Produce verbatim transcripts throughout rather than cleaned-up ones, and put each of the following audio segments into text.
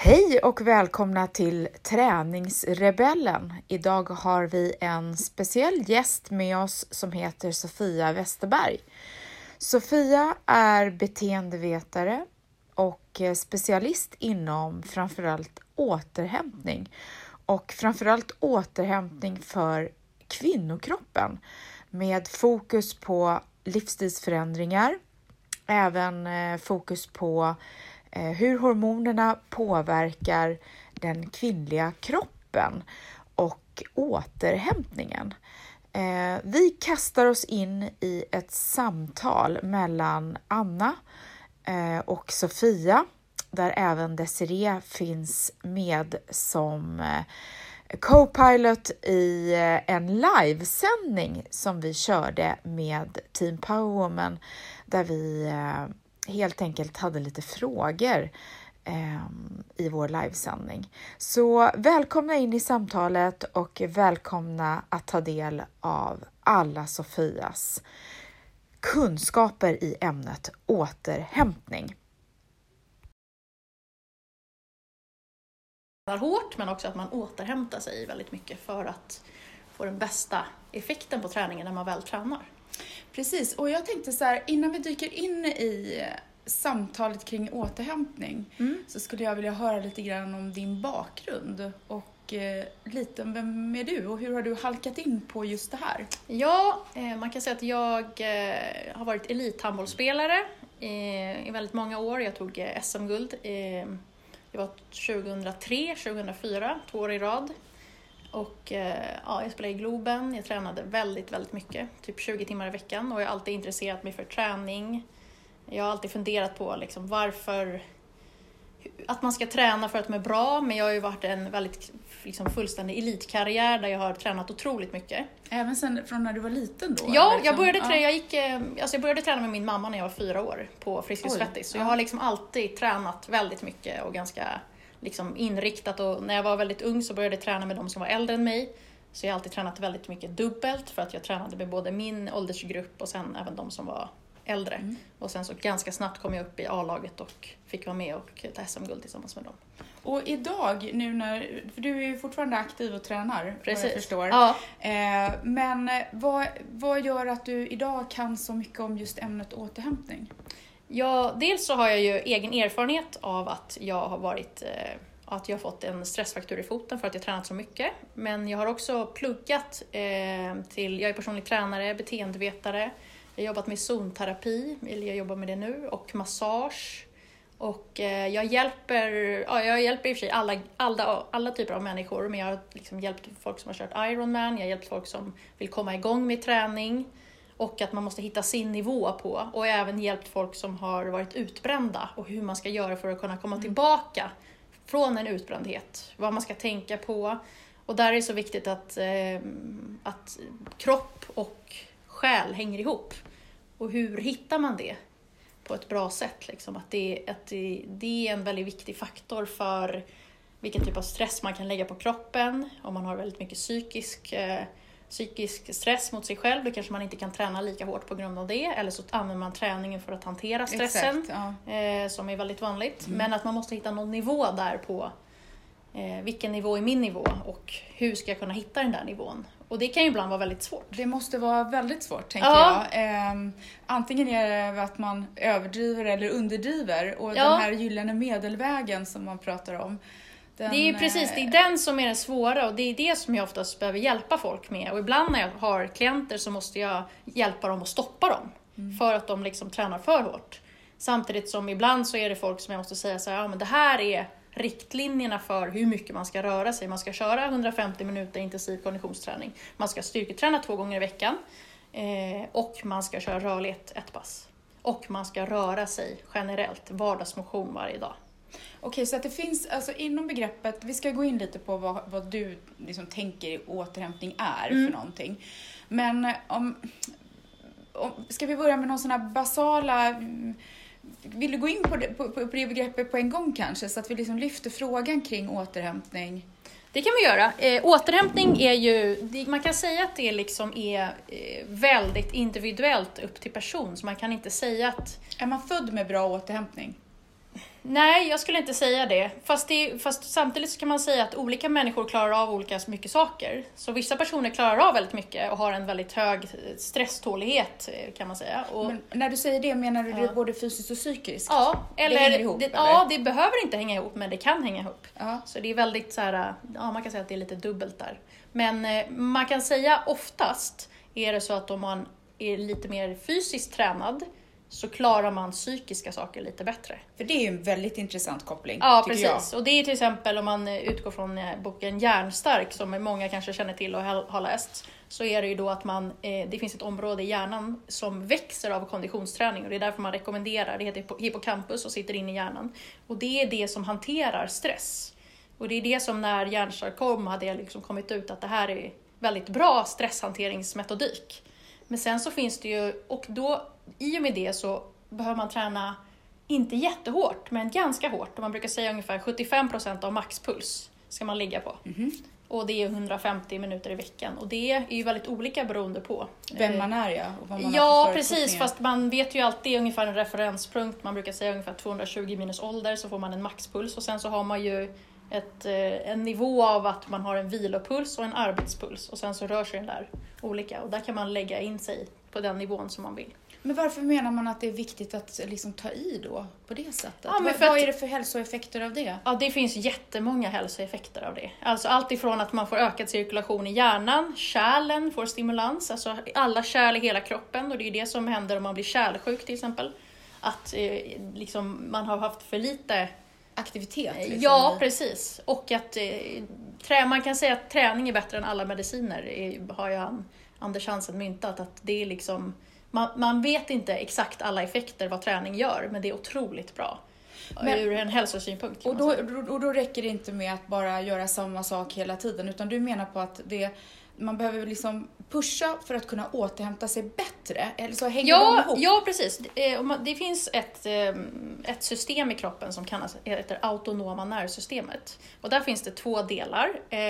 Hej och välkomna till Träningsrebellen. Idag har vi en speciell gäst med oss som heter Sofia Westerberg. Sofia är beteendevetare och specialist inom framförallt återhämtning och framförallt återhämtning för kvinnokroppen med fokus på livsstilsförändringar, även fokus på hur hormonerna påverkar den kvinnliga kroppen och återhämtningen. Vi kastar oss in i ett samtal mellan Anna och Sofia, där även Desiree finns med som co-pilot i en livesändning som vi körde med Team Power Woman, där vi helt enkelt hade lite frågor eh, i vår livesändning. Så välkomna in i samtalet och välkomna att ta del av alla Sofias kunskaper i ämnet återhämtning. Hårt, men också att man återhämtar sig väldigt mycket för att få den bästa effekten på träningen när man väl tränar. Precis, och jag tänkte så här, innan vi dyker in i samtalet kring återhämtning mm. så skulle jag vilja höra lite grann om din bakgrund och eh, lite om vem är du och hur har du halkat in på just det här? Ja, eh, man kan säga att jag eh, har varit elithandbollsspelare eh, i väldigt många år. Jag tog eh, S M-guld. Eh, det var tjugohundratre tjugohundrafyra, två år i rad. Och ja, jag spelade i Globen, jag tränade väldigt, väldigt mycket, typ tjugo timmar i veckan. Och jag har alltid intresserat mig för träning. Jag har alltid funderat på liksom varför, att man ska träna för att man är bra. Men jag har ju varit en väldigt liksom, fullständig elitkarriär där jag har tränat otroligt mycket. Även sen från när du var liten då? Ja, jag började, trä- jag, gick, alltså jag började träna med min mamma när jag var fyra år på Friskis Svettis. Så jag har liksom alltid tränat väldigt mycket och ganska liksom inriktat, och när jag var väldigt ung så började jag träna med de som var äldre än mig. Så jag har alltid tränat väldigt mycket dubbelt för att jag tränade med både min åldersgrupp och sen även de som var äldre. Mm. Och sen så ganska snabbt kom jag upp i A-laget och fick vara med och ta S M-guld tillsammans med dem. Och idag, nu när, för du är ju fortfarande aktiv och tränar, precis. Vad jag förstår. Ja. Eh, men vad, vad gör att du idag kan så mycket om just ämnet återhämtning? Ja, dels så har jag ju egen erfarenhet av att jag har varit, eh, att jag har fått en stressfraktur i foten för att jag tränat så mycket. Men jag har också pluggat eh, till, jag är personlig tränare, beteendevetare. Jag har jobbat med zonterapi, eller jag jobbar med det nu, och massage. Och eh, jag hjälper, ja, jag hjälper i och för sig alla, alla, alla typer av människor, men jag har liksom hjälpt folk som har kört Ironman, jag har hjälpt folk som vill komma igång med träning. Och att man måste hitta sin nivå på. Och även hjälpt folk som har varit utbrända. Och hur man ska göra för att kunna komma tillbaka från en utbrändhet. Vad man ska tänka på. Och där är det så viktigt att, eh, att kropp och själ hänger ihop. Och hur hittar man det på ett bra sätt? Liksom? Att det, att det, det är en väldigt viktig faktor för vilken typ av stress man kan lägga på kroppen. Om man har väldigt mycket psykisk eh, psykisk stress mot sig själv, då kanske man inte kan träna lika hårt på grund av det, eller så använder man träningen för att hantera stressen. Exakt, ja. eh, som är väldigt vanligt. Mm. Men att man måste hitta någon nivå där på eh, vilken nivå är min nivå och hur ska jag kunna hitta den där nivån. Och det kan ju ibland vara väldigt svårt. Det måste vara väldigt svårt, tänker ja. jag. Eh, antingen är det att man överdriver eller underdriver, och ja. den här gyllene medelvägen som man pratar om. Den, det är precis, det är den som är den svåra, och det är det som jag oftast behöver hjälpa folk med. Och ibland när jag har klienter så måste jag hjälpa dem att stoppa dem. Mm. För att de liksom tränar för hårt. Samtidigt som ibland så är det folk som jag måste säga så här, ja men det här är riktlinjerna för hur mycket man ska röra sig. Man ska köra hundrafemtio minuter intensiv konditionsträning. Man ska styrketräna två gånger i veckan. Eh, och man ska köra rörlighet ett pass. Och man ska röra sig generellt, vardagsmotion varje dag. Okej, så att det finns, alltså inom begreppet, vi ska gå in lite på vad, vad du liksom tänker återhämtning är mm. för någonting. Men om, om, ska vi börja med någon sån här basala, vill du gå in på det, på, på det begreppet på en gång kanske, så att vi liksom lyfter frågan kring återhämtning? Det kan vi göra. Eh, återhämtning är ju, det, man kan säga att det liksom är eh, väldigt individuellt upp till person, så man kan inte säga att... Är man född med bra återhämtning? Nej, jag skulle inte säga det. Fast, det. fast samtidigt så kan man säga att olika människor klarar av olika mycket saker. Så vissa personer klarar av väldigt mycket och har en väldigt hög stresstålighet kan man säga. Och, men när du säger det, menar du ja. det både fysiskt och psykiskt? Ja, eller, det hänger ihop? Det, eller? Ja, det behöver inte hänga ihop, men det kan hänga ihop. Ja. Så det är väldigt så här, ja, man kan säga att det är lite dubbelt där. Men eh, man kan säga oftast är det så att om man är lite mer fysiskt tränad så klarar man psykiska saker lite bättre. För det är ju en väldigt intressant koppling. Ja, precis. Jag. Och det är till exempel om man utgår från boken Hjärnstark som många kanske känner till och har läst. Så är det ju då att man, det finns ett område i hjärnan som växer av konditionsträning. Och det är därför man rekommenderar, det heter hippocampus och sitter in i hjärnan. Och det är det som hanterar stress. Och det är det som när Hjärnstark kom hade liksom kommit ut att det här är väldigt bra stresshanteringsmetodik. Men sen så finns det ju, och då i och med det så behöver man träna inte jättehårt, men ganska hårt. Man brukar säga ungefär sjuttiofem procent av maxpuls ska man ligga på. Mm-hmm. Och det är hundrafemtio minuter i veckan. Och det är ju väldigt olika beroende på vem man är, ja. Och vad man ja, har för precis. Fast man vet ju alltid ungefär en referenspunkt. Man brukar säga ungefär tvåhundratjugo minus ålder så får man en maxpuls. Och sen så har man ju ett, en nivå av att man har en vilopuls och en arbetspuls. Och sen så rör sig den där olika. Och där kan man lägga in sig på den nivån som man vill. Men varför menar man att det är viktigt att liksom ta i då på det sättet? Ja, men vad att, är det för hälsoeffekter av det? Ja, det finns jättemånga hälsoeffekter av det. Alltså allt ifrån att man får ökad cirkulation i hjärnan, kärlen får stimulans, alltså alla kärl i hela kroppen. Och det är det som händer om man blir kärlsjuk till exempel. Att eh, liksom, man har haft för lite aktivitet. Liksom. Ja, precis. Och att eh, trä, man kan säga att träning är bättre än alla mediciner. Är, har ju Anders Hansen myntat att det är liksom... Man, man vet inte exakt alla effekter vad träning gör, men det är otroligt bra. Men, ur en hälsosynpunkt. Och då, och då räcker det inte med att bara göra samma sak hela tiden, utan du menar på att det, man behöver liksom pusha för att kunna återhämta sig bättre? Eller så hänger ja, de ihop? Ja, precis. Det finns ett, ett system i kroppen som kallas heter autonoma nervsystemet. Och där finns det två delar.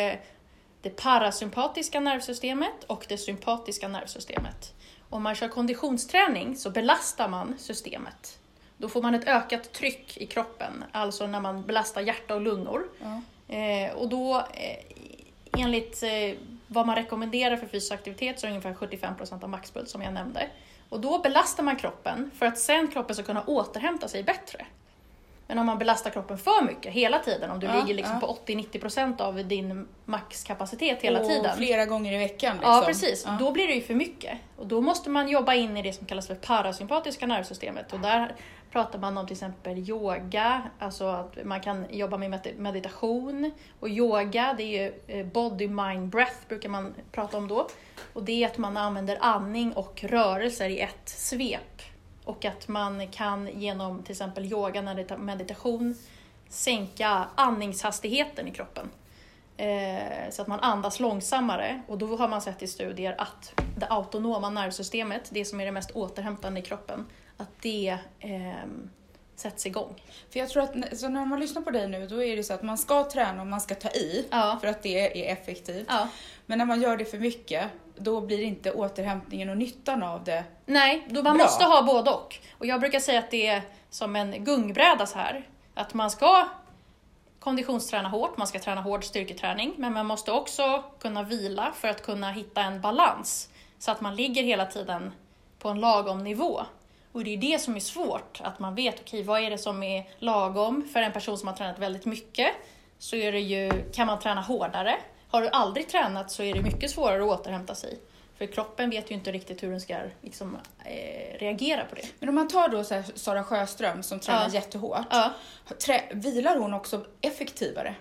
Det parasympatiska nervsystemet och det sympatiska nervsystemet. Om man kör konditionsträning så belastar man systemet. Då får man ett ökat tryck i kroppen, alltså när man belastar hjärta och lungor. Ja. Eh, och då, eh, enligt eh, vad man rekommenderar för fysisk aktivitet, så är det ungefär sjuttiofem procent av maxpuls som jag nämnde. Och då belastar man kroppen för att sen kroppen ska kunna återhämta sig bättre. Men om man belastar kroppen för mycket hela tiden, om du ja, ligger liksom ja. på åttio till nittio procent av din maxkapacitet hela och tiden. Flera gånger i veckan. Liksom. Ja, precis. Ja. Då blir det ju för mycket. Och då måste man jobba in i det som kallas för parasympatiska nervsystemet. Och där pratar man om till exempel yoga, alltså att man kan jobba med meditation. Och yoga, det är ju body, mind, breath brukar man prata om då. Och det är att man använder andning och rörelser i ett svep. Och att man kan genom till exempel yoga, meditation, sänka andningshastigheten i kroppen. Eh, så att man andas långsammare. Och då har man sett i studier att det autonoma nervsystemet, det som är det mest återhämtande i kroppen, att det eh, sätts igång. För jag tror att så när man lyssnar på dig nu, då är det så att man ska träna och man ska ta i ja. för att det är effektivt. Ja. Men när man gör det för mycket, då blir inte återhämtningen och nyttan av det. Nej, då man bra. måste ha både och. Och jag brukar säga att det är som en gungbräda så här. Att man ska konditionsträna hårt, man ska träna hård styrketräning. Men man måste också kunna vila för att kunna hitta en balans. Så att man ligger hela tiden på en lagom nivå. Och det är det som är svårt, att man vet, okej, vad är det som är lagom? För en person som har tränat väldigt mycket så är det ju, kan man träna hårdare. Har du aldrig tränat så är det mycket svårare att återhämta sig. För kroppen vet ju inte riktigt hur den ska liksom, eh, reagera på det. Men om man tar då så här Sara Sjöström som tränar ja. jättehårt. Ja. Trä, vilar hon också effektivare?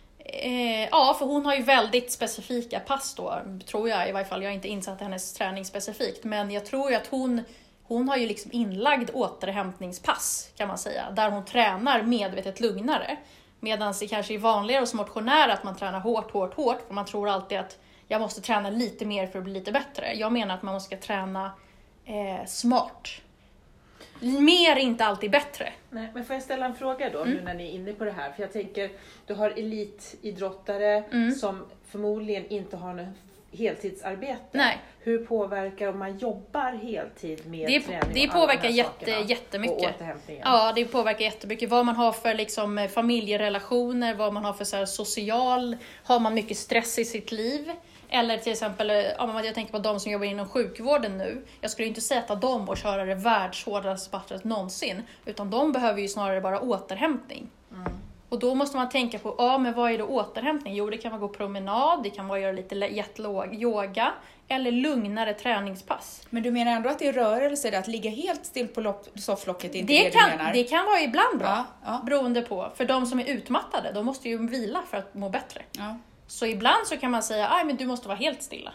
Eh, ja, för hon har ju väldigt specifika pass då, tror jag i varje fall. Jag har inte insatt hennes träning specifikt. Men jag tror ju att hon... Hon har ju liksom inlagd återhämtningspass kan man säga. Där hon tränar medvetet lugnare. Medan det kanske är vanligare hos motionärer att man tränar hårt, hårt, hårt. För man tror alltid att jag måste träna lite mer för att bli lite bättre. Jag menar att man måste träna eh, smart. Mer är inte alltid bättre. Nej, men får jag ställa en fråga då mm. nu när ni är inne på det här? För jag tänker, du har elitidrottare mm. som förmodligen inte har en heltidsarbete. Nej. Hur påverkar om man jobbar heltid med det, träning det och påverkar alla de här jätte, sakerna jättemycket. och återhämtningen? Ja, det påverkar jättemycket. Vad man har för liksom, familjerelationer, vad man har för så här, social, har man mycket stress i sitt liv? Eller till exempel, ja, jag tänker på de som jobbar inom sjukvården nu. Jag skulle inte sätta dem och köra det världshårdaste passet någonsin. Utan de behöver ju snarare bara återhämtning. Mm. Och då måste man tänka på, ja men vad är då återhämtning? Jo, det kan vara gå promenad, det kan vara göra lite jättelåg yoga. Eller lugnare träningspass. Men du menar ändå att det är rörelse, det att ligga helt still på lopp, sofflocket, inte det, det kan, du menar? Det kan vara ibland bra, ja, ja. beroende på. För de som är utmattade, de måste ju vila för att må bättre. Ja. Så ibland så kan man säga, aj men du måste vara helt stilla.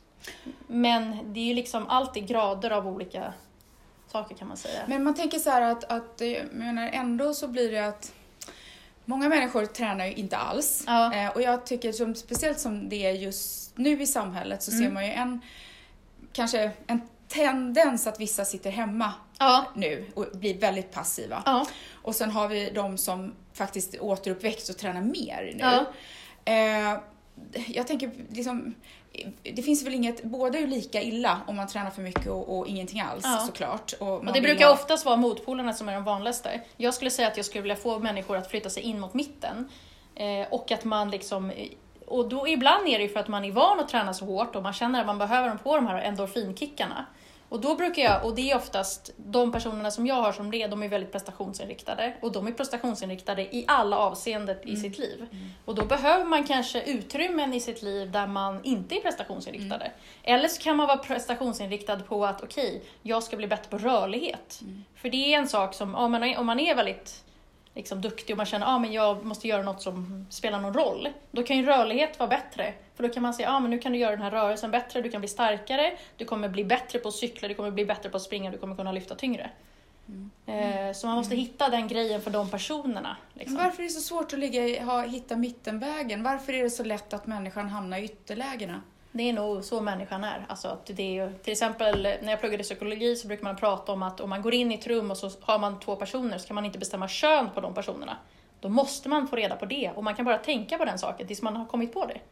Men det är ju liksom alltid grader av olika saker kan man säga. Men man tänker så här att, att jag menar, ändå så blir det att många människor tränar ju inte alls. Ja. Eh, och jag tycker, som, speciellt som det är just nu i samhället, så mm. ser man ju en, kanske en tendens att vissa sitter hemma ja. nu och blir väldigt passiva. Ja. Och sen har vi de som faktiskt återuppväxt och tränar mer nu. Ja. Eh, jag tänker liksom, det finns väl inget, båda är lika illa om man tränar för mycket och, och ingenting alls, ja. såklart. Och, man och det brukar ha... oftast vara motpolerna som är de vanligaste. Jag skulle säga att jag skulle vilja få människor att flytta sig in mot mitten. Eh, och att man liksom, och då ibland är det ju för att man är van att träna så hårt och man känner att man behöver dem på de här endorfinkickarna. Och då brukar jag, och det är oftast de personerna som jag har som det, de är väldigt prestationsinriktade. Och de är prestationsinriktade i alla avseenden i mm. sitt liv. Mm. Och då behöver man kanske utrymmen i sitt liv där man inte är prestationsinriktade. Mm. Eller så kan man vara prestationsinriktad på att okej, okay, jag ska bli bättre på rörlighet. Mm. För det är en sak som, om man är, om man är väldigt liksom, duktig och man känner att ah, jag måste göra något som spelar någon roll. Då kan ju rörlighet vara bättre. För då kan man säga, ja ah, men nu kan du göra den här rörelsen bättre, du kan bli starkare, du kommer bli bättre på att cykla, du kommer bli bättre på att springa, du kommer kunna lyfta tyngre. Mm. Eh, så man måste mm. hitta den grejen för de personerna. Liksom. Varför är det så svårt att ligga, ha, hitta mittenvägen? Varför är det så lätt att människan hamnar i ytterlägena? Det är nog så människan är. Alltså att det är, till exempel när jag pluggade psykologi så brukar man prata om att om man går in i ett rum och så har man två personer så kan man inte bestämma kön på de personerna. Då måste man få reda på det och man kan bara tänka på den saken tills man har kommit på det.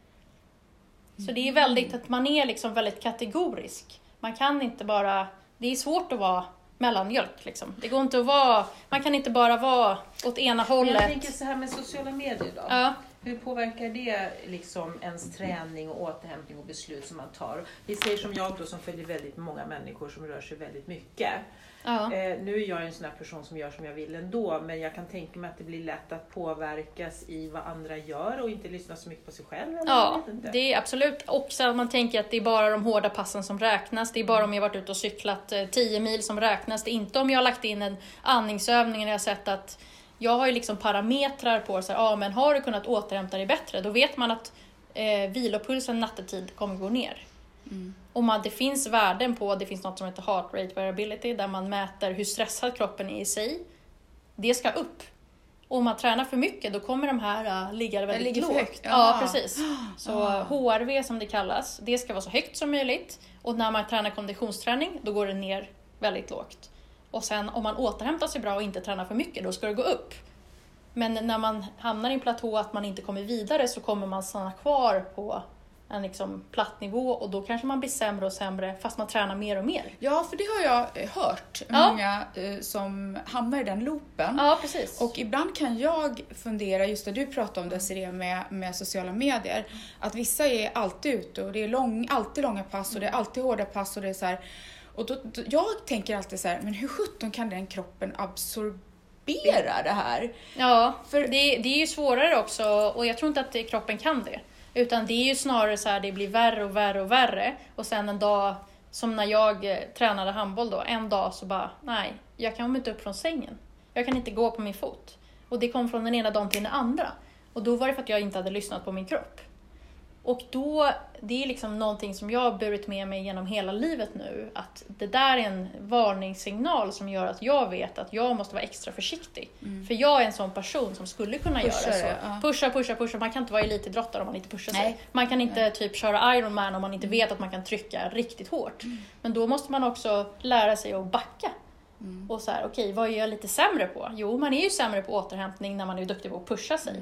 Så det är väldigt att man är liksom väldigt kategorisk. Man kan inte bara, det är svårt att vara mellanmjölk liksom. Det går inte att vara, man kan inte bara vara åt ena hållet. Men jag tänker så här med sociala medier då. Ja. Hur påverkar det liksom ens träning och återhämtning och beslut som man tar? Vi säger som jag då som följer väldigt många människor som rör sig väldigt mycket. Ja. Eh, nu är jag en sån här person som gör som jag vill ändå, men jag kan tänka mig att det blir lätt att påverkas i vad andra gör och inte lyssna så mycket på sig själv. Eller ja, inte. Det är absolut också att man tänker att det är bara de hårda passen som räknas. Det är bara om jag har varit ute och cyklat tio mil som räknas. Det är inte om jag har lagt in en andningsövning och jag har sett att jag har ju liksom parametrar på så här, ja, men har du kunnat återhämta dig bättre, då vet man att eh, vilopulsen nattetid kommer gå ner. Mm. Och man, det finns värden på, det finns något som heter heart rate variability där man mäter hur stressad kroppen är i sig. Det ska upp. Och om man tränar för mycket då kommer de här uh, ligga väldigt lågt. Högt. Ja, ja, precis. Så ah. H R V som det kallas, det ska vara så högt som möjligt. Och när man tränar konditionsträning då går det ner väldigt lågt. Och sen om man återhämtar sig bra och inte tränar för mycket, då ska det gå upp. Men när man hamnar i en platå att man inte kommer vidare så kommer man stanna kvar på en liksom platt nivå och då kanske man blir sämre och sämre fast man tränar mer och mer. Ja, för det har jag hört. Ja. Många eh, som hamnar i den loopen. Ja, precis. Och ibland kan jag fundera, just det du pratade om Desiree med, med sociala medier, att vissa är alltid ute och det är lång, alltid långa pass och det är alltid hårda pass och det är så här. Och då, då, jag tänker alltid så här, men hur sjutton kan den kroppen absorbera det här? Ja, för det, det är ju svårare också och jag tror inte att kroppen kan det. Utan det är ju snarare så här, det blir värre och värre och värre. Och sen en dag, som när jag eh, tränade handboll då, en dag så bara, nej, jag kan inte upp från sängen. Jag kan inte gå på min fot. Och det kom från den ena dagen till den andra. Och då var det för att jag inte hade lyssnat på min kropp. Och då, det är liksom någonting som jag har burit med mig genom hela livet nu. Att det där är en varningssignal som gör att jag vet att jag måste vara extra försiktig. Mm. För jag är en sån person som skulle kunna Pushar, göra så. Ja. Pusha, pusha, pusha. Man kan inte vara elitidrottare om man inte pushar Nej. sig. Man kan inte Nej. typ köra Ironman om man inte mm. vet att man kan trycka riktigt hårt. Mm. Men då måste man också lära sig att backa. Mm. Och så här, okej, okay, vad är jag lite sämre på? Jo, man är ju sämre på återhämtning när man är duktig på att pusha sig. Mm.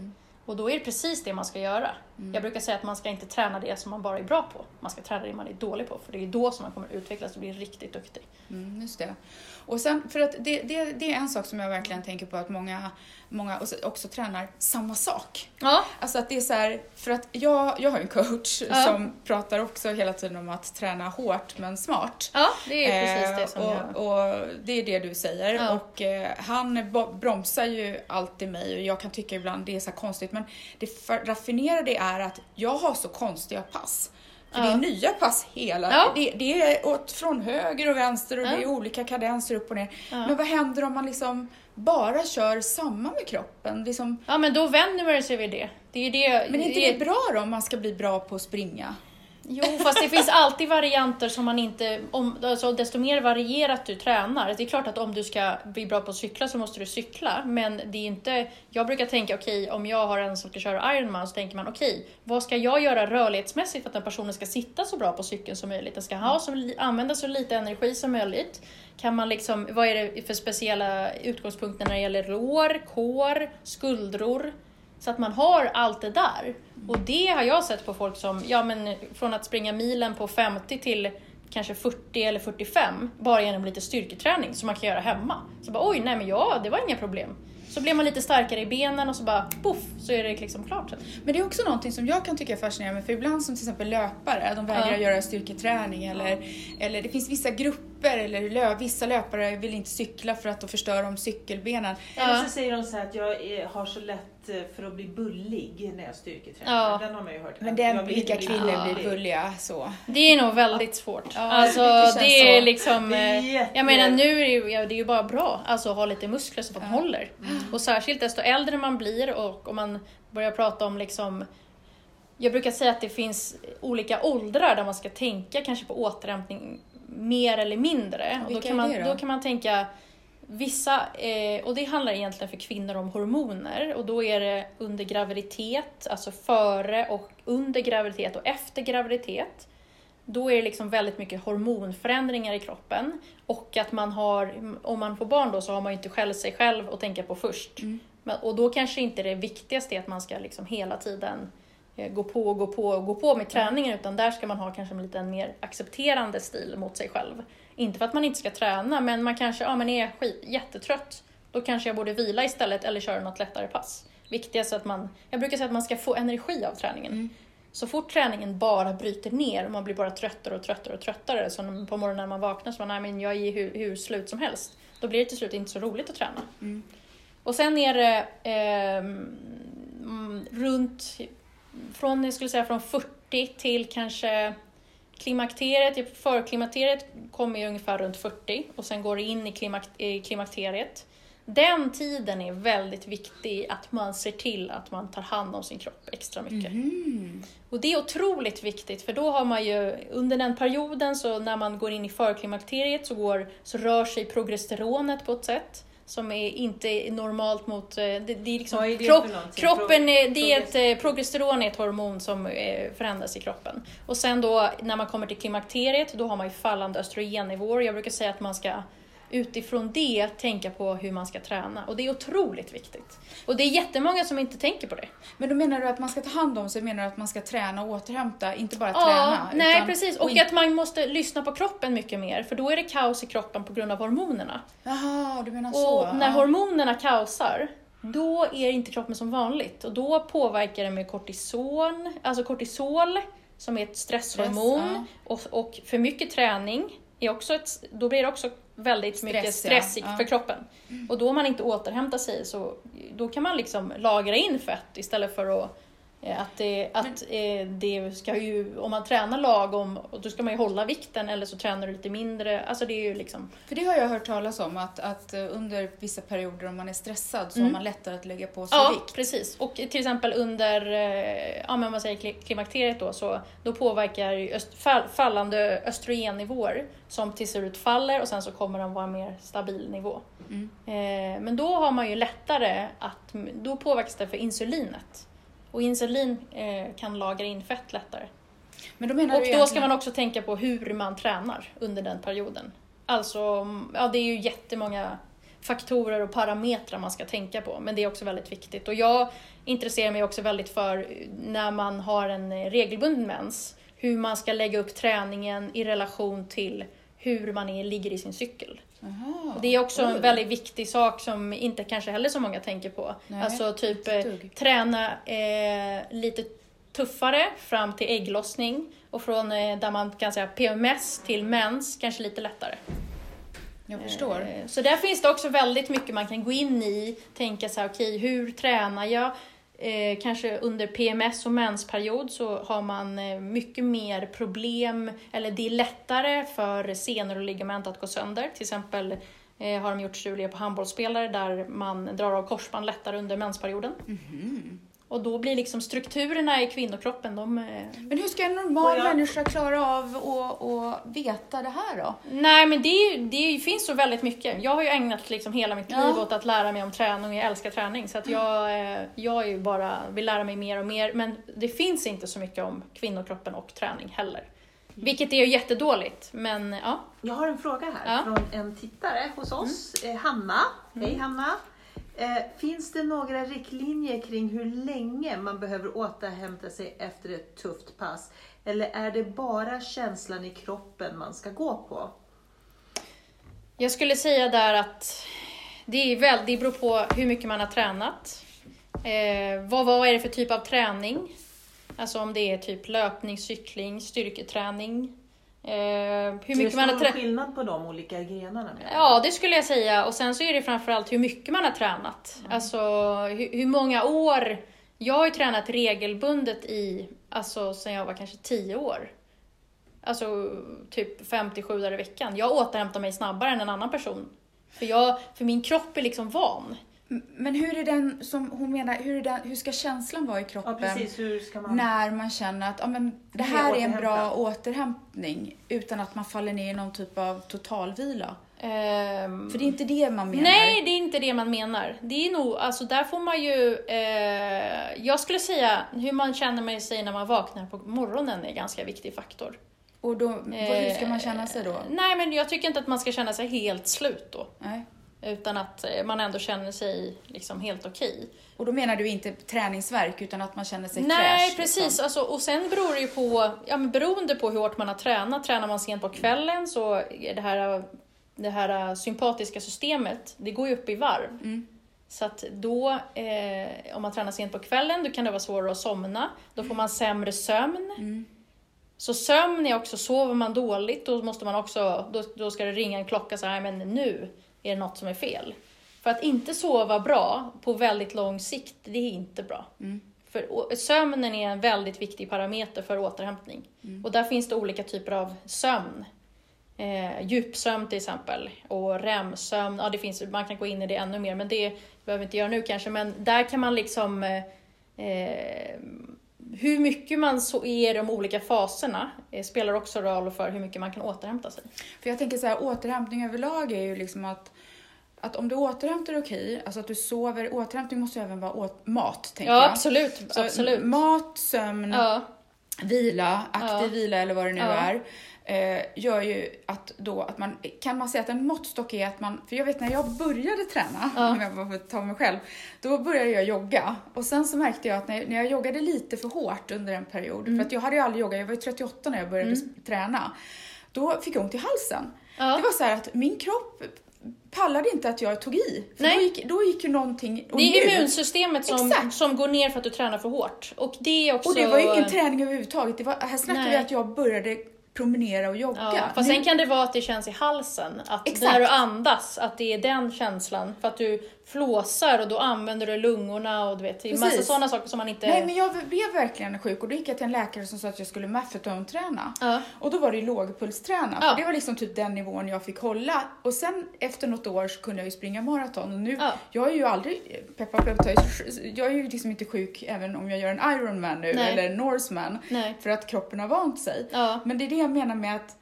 Och då är det precis det man ska göra. Mm. Jag brukar säga att man ska inte träna det som man bara är bra på. Man ska träna det man är dålig på. För det är då som man kommer utvecklas och bli riktigt duktig. Mm, just det. Och sen, för att det, det, det är en sak som jag verkligen tänker på, att många, många också tränar samma sak. Ja. Alltså att det är så här, för att jag, jag har en coach ja. som pratar också hela tiden om att träna hårt men smart. Ja, det är precis det som eh, och, jag... och det är det du säger. Ja. Och eh, han bromsar ju alltid mig, och jag kan tycka ibland det är så konstigt, men det raffinerade är att jag har så konstiga pass. För ja. det är nya pass hela. Ja. Det, det är åt från höger och vänster, och ja. det är olika kadenser upp och ner. Ja. Men vad händer om man liksom bara kör samma med kroppen? Liksom... Ja, men då vänder man sig vid det. Det är det. Men är inte det det bra då om man ska bli bra på att springa? Jo, fast det finns alltid varianter som man inte... Om, alltså, desto mer varierat du tränar. Det är klart att om du ska bli bra på att cykla så måste du cykla. Men det är inte... Jag brukar tänka, okej, okay, om jag har en som ska köra Ironman så tänker man, okej, okay, vad ska jag göra rörlighetsmässigt för att den personen ska sitta så bra på cykeln som möjligt? Den ska ha så, använda så lite energi som möjligt. Kan man liksom... Vad är det för speciella utgångspunkter när det gäller lår, kår, skuldror? Så att man har allt det där. Och det har jag sett på folk som, ja men från att springa milen på femtio till kanske fyrtio eller fyrtiofem, bara genom lite styrketräning som man kan göra hemma. Så bara, oj, nej men ja, det var inga problem. Så blir man lite starkare i benen och så bara, poff, så är det liksom klart. Men det är också någonting som jag kan tycka är fascinerande, för ibland som till exempel löpare, de vägrar ja. göra styrketräning, eller, eller det finns vissa grupper, eller lö, vissa löpare vill inte cykla för att då förstör de cykelbenen. Ja. Eller så säger de så här att jag är, har så lätt för att bli bullig när jag styrketränar. Ja. Den har man ju hört. Men den, vilka kvinnor ja. blir bulliga så? Det är nog väldigt svårt. Ja, alltså det, det är så. liksom, det är jätte... jag menar nu är det ju, ja, det är ju bara bra alltså att ha lite muskler så att man ja. håller. Mm. Och särskilt desto äldre man blir, och om man börjar prata om liksom, jag brukar säga att det finns olika åldrar där man ska tänka kanske på återhämtning mer eller mindre. Och då kan, man, då? då kan man tänka vissa, eh, och det handlar egentligen för kvinnor om hormoner, och då är det under graviditet, alltså före och under graviditet och efter graviditet. Då är det liksom väldigt mycket hormonförändringar i kroppen, och att man har, om man får barn då så har man ju inte själv sig själv att tänka på först. Mm. Men, och då kanske inte det viktigaste är att man ska liksom hela tiden eh, gå på och gå på och gå på med träningen, utan där ska man ha kanske en lite mer accepterande stil mot sig själv. Inte för att man inte ska träna, men man kanske ja, men är skit, jättetrött. Då kanske jag borde vila istället eller köra något lättare pass. Viktigast är att man, jag brukar säga att man ska få energi av träningen. Mm. Så fort träningen bara bryter ner och man blir bara tröttare och tröttare och tröttare, så på morgonen när man vaknar så man, nej men jag är hur, hur slut som helst. Då blir det till slut inte så roligt att träna. Mm. Och sen är det eh, runt, från, jag skulle säga från fyrtio till kanske klimakteriet, förklimakteriet kommer ju ungefär runt fyrtio och sen går det in i, klimak, i klimakteriet. Den tiden är väldigt viktig, att man ser till att man tar hand om sin kropp extra mycket. Mm. Och det är otroligt viktigt, för då har man ju under den perioden, så när man går in i förklimakteriet så, går, så rör sig progesteronet på ett sätt som är inte normalt mot... Det, det är liksom, Vad är det kropp, för kroppen, är, det är ett, progesteron är ett hormon som förändras i kroppen. Och sen då när man kommer till klimakteriet, då har man ju fallande östrogennivåer. Jag brukar säga att man ska utifrån det tänka på hur man ska träna. Och det är otroligt viktigt. Och det är jättemånga som inte tänker på det. Men då menar du att man ska ta hand om sig, menar du att man ska träna och återhämta, inte bara ja, träna? Nej, utan, precis. Och, och in... att man måste lyssna på kroppen mycket mer. För då är det kaos i kroppen på grund av hormonerna. Jaha, du menar och så. Och när ja. hormonerna kaosar, då är inte kroppen som vanligt. Och då påverkar det med kortison, alltså kortisol, som är ett stresshormon. Stress, ja. och, och för mycket träning är också ett, då blir det också väldigt stress, mycket stressigt ja. för kroppen. Mm. Och då om man inte återhämtar sig, så då kan man liksom lagra in fett istället för att att det, att Men, det ska ju, om man tränar lagom, då ska man ju hålla vikten, eller så tränar du lite mindre. Alltså det är ju liksom... För det har jag hört talas om, att, att under vissa perioder om man är stressad så mm. har man lättare att lägga på sig ja, vikt. Ja, precis. Och till exempel under, ja men man säger klimakteriet då, så då påverkar ju öst, fall, fallande östrogennivåer som till slut faller, och sen så kommer de vara mer stabil nivå. Mm. Eh, men då har man ju lättare att, då påverkas det för insulinet. Och insulin eh, kan lagra in fett lättare. Men då menar och då ska man också tänka på hur man tränar under den perioden. Alltså, ja det är ju jättemånga faktorer och parametrar man ska tänka på. Men det är också väldigt viktigt. Och jag intresserar mig också väldigt för när man har en regelbunden mens. Hur man ska lägga upp träningen i relation till hur man är, ligger i sin cykel. Aha, och det är också oj. en väldigt viktig sak som inte kanske heller så många tänker på. Nej, alltså typ eh, tugg. träna eh, lite tuffare fram till ägglossning. Och från eh, där man kan säga P M S till mens kanske lite lättare. Jag förstår. Eh, Så där finns det också väldigt mycket man kan gå in i. Tänka så här, okej, okay, hur tränar jag? Eh, kanske under P M S och mensperiod så har man eh, mycket mer problem. Eller det är lättare för senor och ligament att gå sönder. Till exempel eh, har de gjort studier på handbollsspelare där man drar av korsband lättare under mensperioden. Mm-hmm. Och då blir liksom strukturerna i kvinnokroppen, de... Eh... Men hur ska en normal jag... människa klara av att, att veta det här då? Nej, men det, det finns så väldigt mycket. Jag har ju ägnat liksom hela mitt Ja. liv åt att lära mig om träning och jag älskar träning. Så att jag, eh, jag är ju bara, vill lära mig mer och mer. Men det finns inte så mycket om kvinnokroppen och träning heller. Vilket är ju jättedåligt, men ja. Jag har en fråga här Ja. från en tittare hos oss, mm. Hanna. Mm. Hej Hanna. Eh, finns det några riktlinjer kring hur länge man behöver återhämta sig efter ett tufft pass? Eller är det bara känslan i kroppen man ska gå på? Jag skulle säga där att det, är väl, det beror på hur mycket man har tränat. Eh, vad, vad är det för typ av träning? Alltså om det är typ löpning, cykling, styrketräning. Eh, hur mycket Så man det är har stor trä- skillnad på de olika grenarna? Med Ja, det skulle jag säga. Och sen så är det framförallt hur mycket man har tränat. Mm. Alltså hur, hur många år. Jag har ju tränat regelbundet i, alltså sen jag var kanske tio år. Alltså typ fem till sju dagar i veckan. Jag återhämtar mig snabbare än en annan person. För, jag, för min kropp är liksom van. Men hur är den, som hon menar, hur, är den, hur ska känslan vara i kroppen? Ja, precis. Hur ska man... När man känner att ja, men det här är en bra återhämtning utan att man faller ner i någon typ av totalvila. Ehm, För det är inte det man menar. Nej, det är inte det man menar. Det är nog, alltså där får man ju, eh, jag skulle säga hur man känner sig när man vaknar på morgonen är en ganska viktig faktor. Och då, vad, hur ska man känna sig då? Eh, nej, men jag tycker inte att man ska känna sig helt slut då. Nej. Utan att eh, man ändå känner sig liksom helt okej. Och då menar du inte träningsverk utan att man känner sig Nej, fräsch? precis. Liksom. Alltså, och sen beror det ju på, ja, men beroende på hur hårt man har tränat. Tränar man sent på kvällen så är det här, det här sympatiska systemet, det går ju upp i varv. Mm. Så att då, eh, om man tränar sent på kvällen, då kan det vara svårare att somna. Då får man sämre sömn. Mm. Så sömn är också, sover man dåligt, då måste man också, då, då ska det ringa en klocka så här, men nu är det något som är fel. För att inte sova bra på väldigt lång sikt, det är inte bra. Mm. För sömnen är en väldigt viktig parameter för återhämtning. Mm. Och där finns det olika typer av sömn. Eh, djupsömn till exempel. Och R E M-sömn. Ja, det finns, man kan gå in i det ännu mer, men det behöver vi inte göra nu kanske. Men där kan man liksom... Eh, hur mycket man så är i de olika faserna eh, spelar också roll för hur mycket man kan återhämta sig. För jag tänker så här, återhämtning överlag är ju liksom att att om du återhämtar okej, alltså att du sover, återhämtning måste ju även vara åt, mat, tänker ja, jag. Absolut, så absolut. Mat, sömn, ja. vila, aktiv ja. vila eller vad det nu ja. är, eh, gör ju att då, att man, kan man säga att en måttstock är att man, för jag vet när jag började träna, ja. om jag bara får ta mig själv, då började jag jogga. Och sen så märkte jag att när, när jag joggade lite för hårt under en period, mm. för att jag hade ju aldrig joggat, jag var ju trettioåtta när jag började mm. träna, då fick jag ont i halsen. Ja. Det var så här att min kropp pallade inte att jag tog i. För Nej. Då, gick, då gick ju någonting... Det är nu, immunsystemet som, exakt. som går ner för att du tränar för hårt. Och det är också... Och det var ju ingen träning överhuvudtaget. Det var, här snackar Nej. vi att jag började promenera och jogga. Ja, fast nu... sen kan det vara att det känns i halsen. Att exakt. när du andas, att det är den känslan. För att du flåsar och då använder du lungorna och du vet, det är massa sådana saker som man inte... Nej, men jag blev verkligen sjuk och då gick jag till en läkare som sa att jag skulle methadone-träna. Ja. Och då var det ju lågpulsträna. Ja. För det var liksom typ den nivån jag fick hålla. Och sen efter något år så kunde jag ju springa maraton. Och nu, ja. jag är ju aldrig, peppa peppa, jag är ju liksom inte sjuk även om jag gör en Ironman nu. Nej. Eller en Norseman. Nej. För att kroppen har vant sig. Ja. Men det är det jag menar med att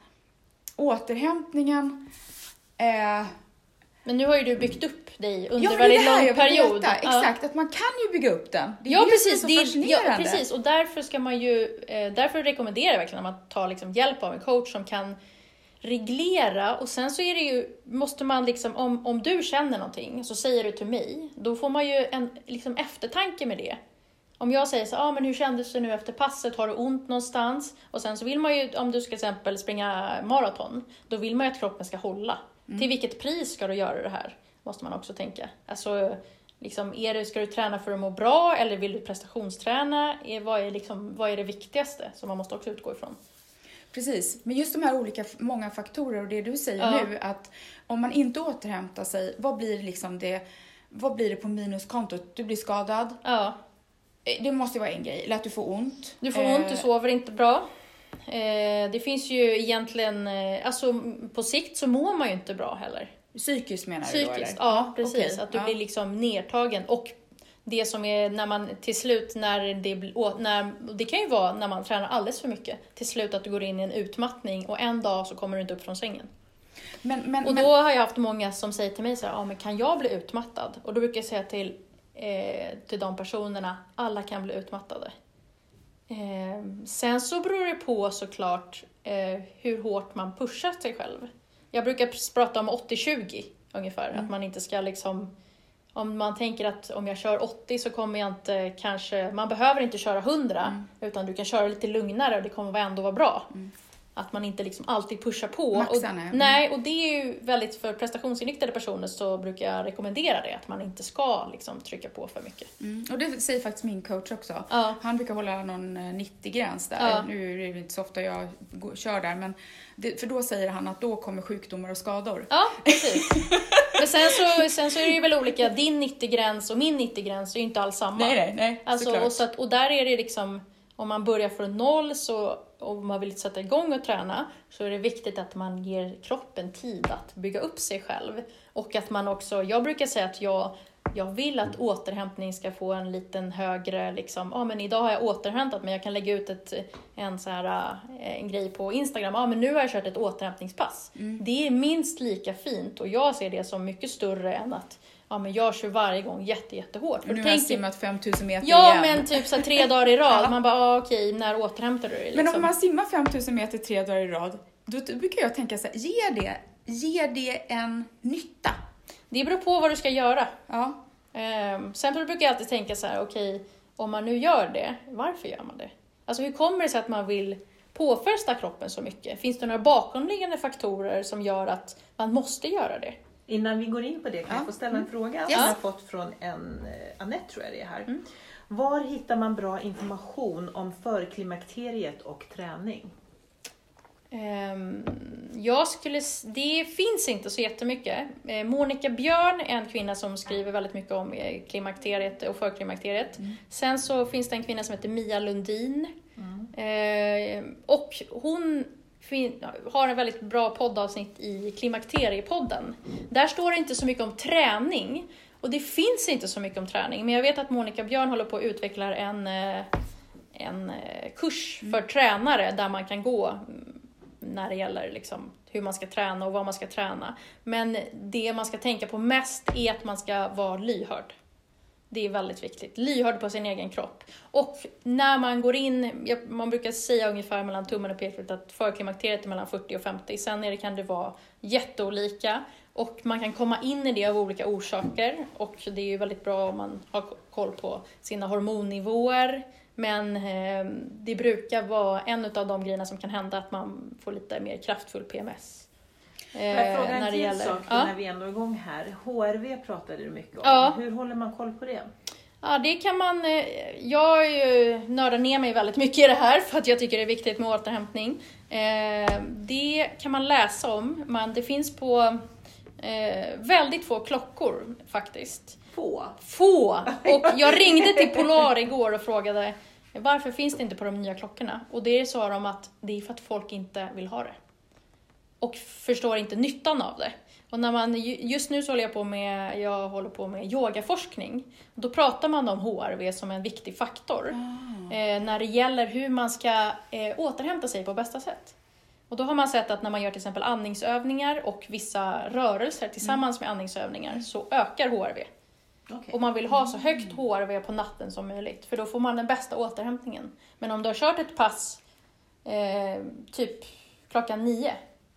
återhämtningen... Eh, Men nu har ju du byggt upp dig under ja, väldigt lång lång period. Ja. Exakt, att man kan ju bygga upp den. Det är ja, det precis, som är så fascinerande. Ja, precis. Och därför ska man ju, eh, därför rekommenderar jag verkligen att man tar liksom hjälp av en coach som kan reglera, och sen så är det ju, måste man liksom, om, om du känner någonting så säger du till mig, då får man ju en liksom eftertanke med det. Om jag säger så, ja ah, men hur kändes det nu efter passet, har du ont någonstans? Och sen så vill man ju, om du ska till exempel springa maraton, då vill man ju att kroppen ska hålla. Mm. Till vilket pris ska du göra det här? Måste man också tänka. Alltså, liksom, är det, ska du träna för att må bra eller vill du prestationsträna? Är, vad, är liksom, vad är det viktigaste som man måste också utgå ifrån? Precis, men just de här olika, många faktorer och det du säger ja. nu, att om man inte återhämtar sig, vad blir liksom det, vad blir det på minuskontot? Du blir skadad. Ja. Det måste vara en grej, eller att du får ont. Du får ont, du sover inte bra. Eh, det finns ju egentligen, eh, alltså på sikt så mår man ju inte bra heller. Psykiskt menar Psykiskt, du då, eller? ja precis. Okay. Att du ja. blir liksom nedtagen. Och det som är när man till slut, när det blir, när, det kan ju vara när man tränar alldeles för mycket. Till slut att du går in i en utmattning och en dag så kommer du inte upp från sängen. Men, men, och då men... har jag haft många som säger till mig så här, ja men kan jag bli utmattad? Och då brukar jag säga till, eh, till de personerna, alla kan bli utmattade. Eh, sen så beror det på såklart eh, hur hårt man pushar sig själv. Jag brukar prata om åttio tjugo ungefär. Mm. Att man inte ska liksom, om man tänker att om jag kör åttio så kommer jag inte kanske, man behöver inte köra hundra mm. utan du kan köra lite lugnare och det kommer ändå vara bra. Mm. Att man inte liksom alltid pushar på. Maxarna, och, mm. Nej, och det är ju väldigt, för prestationsinriktade personer så brukar jag rekommendera det. Att man inte ska liksom trycka på för mycket. Mm. Och det säger faktiskt min coach också. Ja. Han brukar hålla någon nittio-gräns där. Ja. Nu är det inte så ofta jag går, kör där. Men det, för då säger han att då kommer sjukdomar och skador. Ja, precis. Men sen så, sen så är det ju väl olika. Din nittio-gräns och min nittio-gräns är ju inte alls samma. Nej, nej, nej. Alltså, och, så att, och där är det liksom, om man börjar från noll så, och man vill sätta igång och träna, så är det viktigt att man ger kroppen tid att bygga upp sig själv. Och att man också, jag brukar säga att jag, jag vill att återhämtning ska få en liten högre, liksom, ja ah, men idag har jag återhämtat men jag kan lägga ut ett, en, så här, en grej på Instagram, ja ah, men nu har jag kört ett återhämtningspass. Mm. Det är minst lika fint och jag ser det som mycket större än att ja, men jag kör varje gång jätte, jättehårt. För nu har jag simmat femtusen meter ja, igen. Ja, men typ så tre dagar i rad. Man bara, ah, okej, när återhämtar du dig? Liksom. Men om man simmar femtusen meter tre dagar i rad, då brukar jag tänka så här, ger det, ger det en nytta? Det beror på vad du ska göra. Ja. Um, sen brukar jag alltid tänka så här, okej, om man nu gör det, varför gör man det? Alltså hur kommer det sig att man vill påfresta kroppen så mycket? Finns det några bakomliggande faktorer som gör att man måste göra det? Innan vi går in på det kan ja. jag få ställa en fråga yes. som jag har fått från en eh, Annette, tror jag det är här. Mm. Var hittar man bra information om förklimakteriet och träning? Um, jag skulle, det finns inte så jättemycket. Eh, Monica Björn är en kvinna som skriver väldigt mycket om eh, klimakteriet och förklimakteriet. Mm. Sen så finns det en kvinna som heter Mia Lundin. Mm. Eh, och hon fin- har en väldigt bra poddavsnitt i Klimakteriepodden. Där står det inte så mycket om träning. Och det finns inte så mycket om träning. Men jag vet att Monica Björn håller på att utveckla en, en kurs för mm. tränare där man kan gå när det gäller liksom hur man ska träna och vad man ska träna. Men det man ska tänka på mest är att man ska vara lyhörd. Det är väldigt viktigt. Lyhörd på sin egen kropp. Och när man går in, man brukar säga ungefär mellan tummen och pekfingret att förklimakteriet är mellan fyrtio och femtio. Sen är det, kan det vara jätteolika. Och man kan komma in i det av olika orsaker. Och det är ju väldigt bra om man har koll på sina hormonnivåer. Men eh, det brukar vara en av de grejerna som kan hända att man får lite mer kraftfull P M S. Eh, jag frågar en till gäller... sak ja. när vi ändå är igång här. H R V pratade du mycket om. Ja. Hur håller man koll på det? Ja, det kan man... Jag nördar ner mig väldigt mycket i det här för att jag tycker det är viktigt med återhämtning. Eh, det kan man läsa om. Man, det finns på eh, väldigt få klockor faktiskt. Få? Få! Och jag ringde till Polar igår och frågade varför finns det inte på de nya klockorna? Och det sa de att det är för att folk inte vill ha det. Och förstår inte nyttan av det. Och när man, just nu så håller jag på med, jag håller på med yogaforskning. Då pratar man om H R V som en viktig faktor. Mm. Eh, när det gäller hur man ska eh, återhämta sig på bästa sätt. Och då har man sett att när man gör till exempel andningsövningar och vissa rörelser tillsammans mm. med andningsövningar så ökar H R V. Okay. Och man vill ha så högt H R V på natten som möjligt. För då får man den bästa återhämtningen. Men om du har kört ett pass eh, typ klockan nio.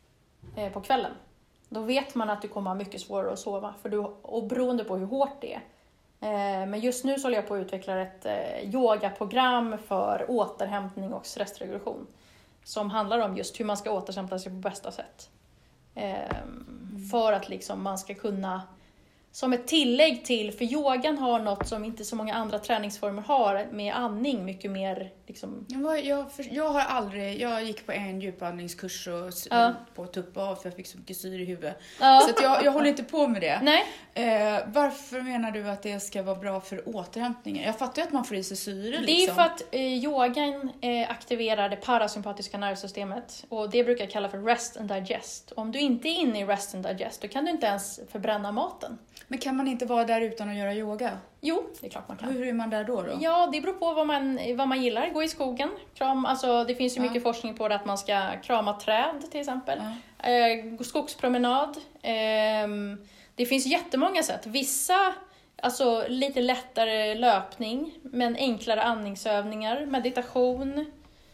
eh, på kvällen. Då vet man att du kommer ha mycket svårare att sova. För du, och beroende på hur hårt det är. Eh, men just nu så håller jag på att utveckla ett eh, yogaprogram för återhämtning och stressregulation. Som handlar om just hur man ska återhämta sig på bästa sätt. Eh, mm. För att liksom man ska kunna, som ett tillägg till, för yogan har något som inte så många andra träningsformer har, med andning mycket mer liksom. Jag, jag, jag har aldrig, jag gick på en djupandningskurs och ja. på tupp av för jag fick så mycket syre i huvudet. Ja. Så att jag, jag håller inte på med det. Nej. Eh, varför menar du att det ska vara bra för återhämtningen? Jag fattar ju att man får i sig syre. Det liksom. är för att eh, yogan eh, aktiverar det parasympatiska nervsystemet. Och det brukar jag kalla för rest and digest. Om du inte är inne i rest and digest, då kan du inte ens förbränna maten. Men kan man inte vara där utan att göra yoga? Jo, det är klart man kan. Hur är man där då? då? Ja, det beror på vad man, vad man gillar. Gå i skogen. Kram, alltså, det finns ju ja. mycket forskning på det, att man ska krama träd till exempel. Ja. Eh, skogspromenad. Eh, det finns jättemånga sätt. Vissa, alltså lite lättare löpning, men enklare andningsövningar, meditation.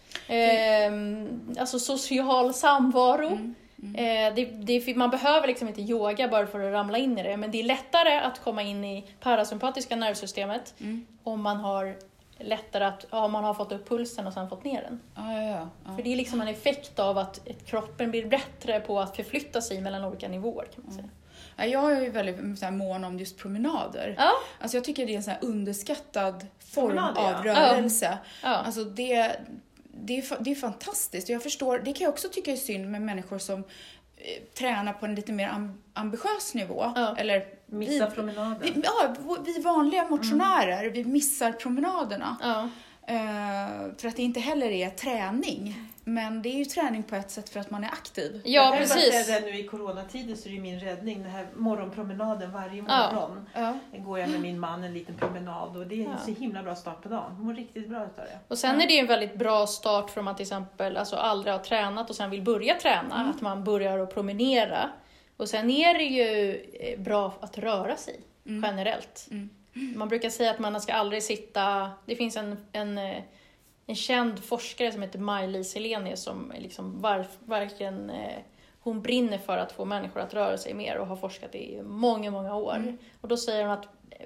Eh, alltså social samvaro. Mm. Mm. Eh, det, det, man behöver liksom inte yoga bara för att ramla in i det, men det är lättare att komma in i parasympatiska nervsystemet Mm. om man har lättare att, ja, man har fått upp pulsen och sen fått ner den. Ja, ja, ja. Ja. För det är liksom en effekt av att kroppen blir bättre på att förflytta sig mellan olika nivåer, kan man säga. Ja, jag är ju väldigt så här, mån om just promenader. Ja. Alltså jag tycker det är en så här underskattad form Promenad, av ja. rörelse. Ja. Alltså det, det, är, det är fantastiskt. Jag förstår, det kan jag också tycka är synd med människor som eh, tränar på en lite mer am, ambitiös nivå. Ja. Eller Missa vi, promenaden. vi, ja, vi vanliga motionärer, mm. vi missar promenaderna. Ja. Uh, för att det inte heller är träning. Men det är ju träning på ett sätt för att man är aktiv. Ja, jag precis. Jag nu i coronatider så är det min räddning. Den här morgonpromenaden varje morgon. Ja. Den går jag med min man en liten promenad. Och det är Ja. så himla bra start på dagen. Hon mår riktigt bra utav det. Och sen är det ju en väldigt bra start för om man till exempel alltså aldrig har tränat och sen vill börja träna. Mm. Att man börjar att promenera. Och sen är det ju bra att röra sig Mm. generellt. Mm. Man brukar säga att man ska aldrig sitta. Det finns en, en, en känd forskare som heter Maj-Lis Helenius som liksom var, verkligen eh, hon brinner för att få människor att röra sig mer och har forskat i många, många år. Mm. Och då säger hon att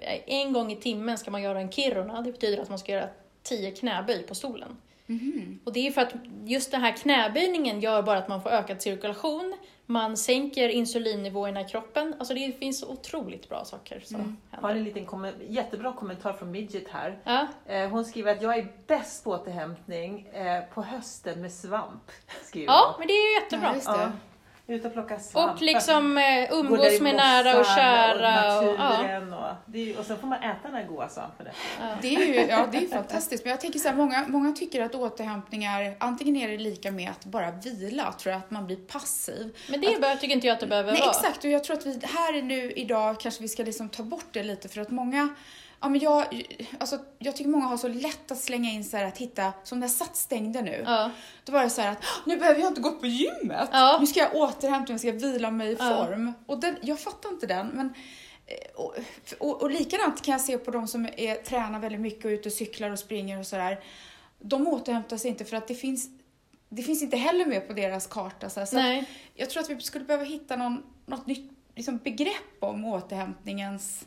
en gång i timmen ska man göra en kiruna. Det betyder att man ska göra tio knäböj på stolen. Mm. Och det är för att just den här knäböjningen gör bara att man får ökad cirkulation. Man sänker insulinnivåerna i kroppen. Alltså det finns så otroligt bra saker som Mm. Jag har en liten kom- jättebra kommentar från Midget här. Ja. Eh, hon skriver att jag är bäst på återhämtning eh, på hösten med svamp. Skriver Ja, hon. men det är ju jättebra. Ja, just det. Ja. Ut och plocka svamp. Och liksom eh, Går där umgås i med nära och mossar kära. Och Och, ja. naturen. Och, det är, och sen får man äta den här goda svampen. Ja. Det är ju ja, det är fantastiskt. Men jag tänker så här, många, många tycker att återhämtning är, antingen är det lika med att bara vila, tror jag, att man blir passiv. Men det bör, tycker inte jag att det behöver Nej, vara. exakt. Och jag tror att vi här nu idag kanske vi ska liksom ta bort det lite, för att många, ja men jag, alltså jag tycker många har så lätt att slänga in så här att hitta, som när Sats stängde nu. Ja. Då var det så här att nu behöver jag inte gå på gymmet. Ja. Nu ska jag återhämta mig, ska jag vila mig i Ja. form. Och den, jag fattar inte den, men och, och, och likadant kan jag se på de som är, tränar väldigt mycket och ute och cyklar och springer och sådär. De återhämtar sig inte för att det finns, det finns inte heller med på deras karta. Så, så Nej. jag tror att vi skulle behöva hitta någon, något nytt liksom, begrepp om återhämtningens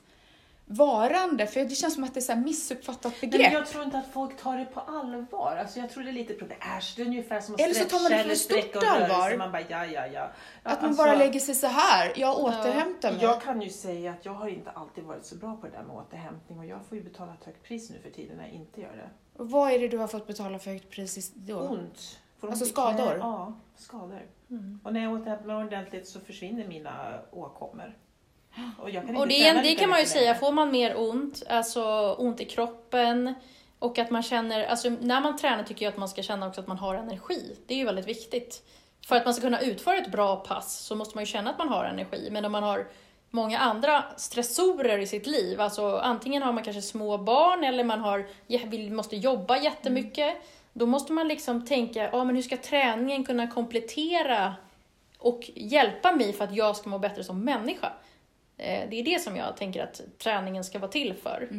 varande. För det känns som att det är så här missuppfattat begrepp. Men jag tror inte att folk tar det på allvar. Alltså jag tror det är lite problem. Äsch, det är ungefär som att Eller så tar man det för stort allvar. Man bara, ja, ja, ja. Att man Alltså, bara lägger sig så här. Jag återhämtar mig. Jag kan ju säga att jag har inte alltid varit så bra på det där med återhämtning. Och jag får ju betala ett högt pris nu för tiden när jag inte gör det. Och vad är det du har fått betala för högt pris då? Ont. Får Alltså ont i skador? knä? Ja, skador. Mm. Och när jag återhämtar mig ordentligt så försvinner mina åkommor. Och, jag kan Och inte det, är- träna det lika kan man ju mycket säga, längre. får man mer ont, alltså ont i kroppen och att man känner, alltså när man tränar tycker jag att man ska känna också att man har energi. Det är ju väldigt viktigt. För att man ska kunna utföra ett bra pass så måste man ju känna att man har energi. Men om man har många andra stressorer i sitt liv, alltså antingen har man kanske små barn eller man har, vill, måste jobba jättemycket, mm. då måste man liksom tänka, ja, men hur ska träningen kunna komplettera och hjälpa mig för att jag ska må bättre som människa? Det är det som jag tänker att träningen ska vara till för. Mm.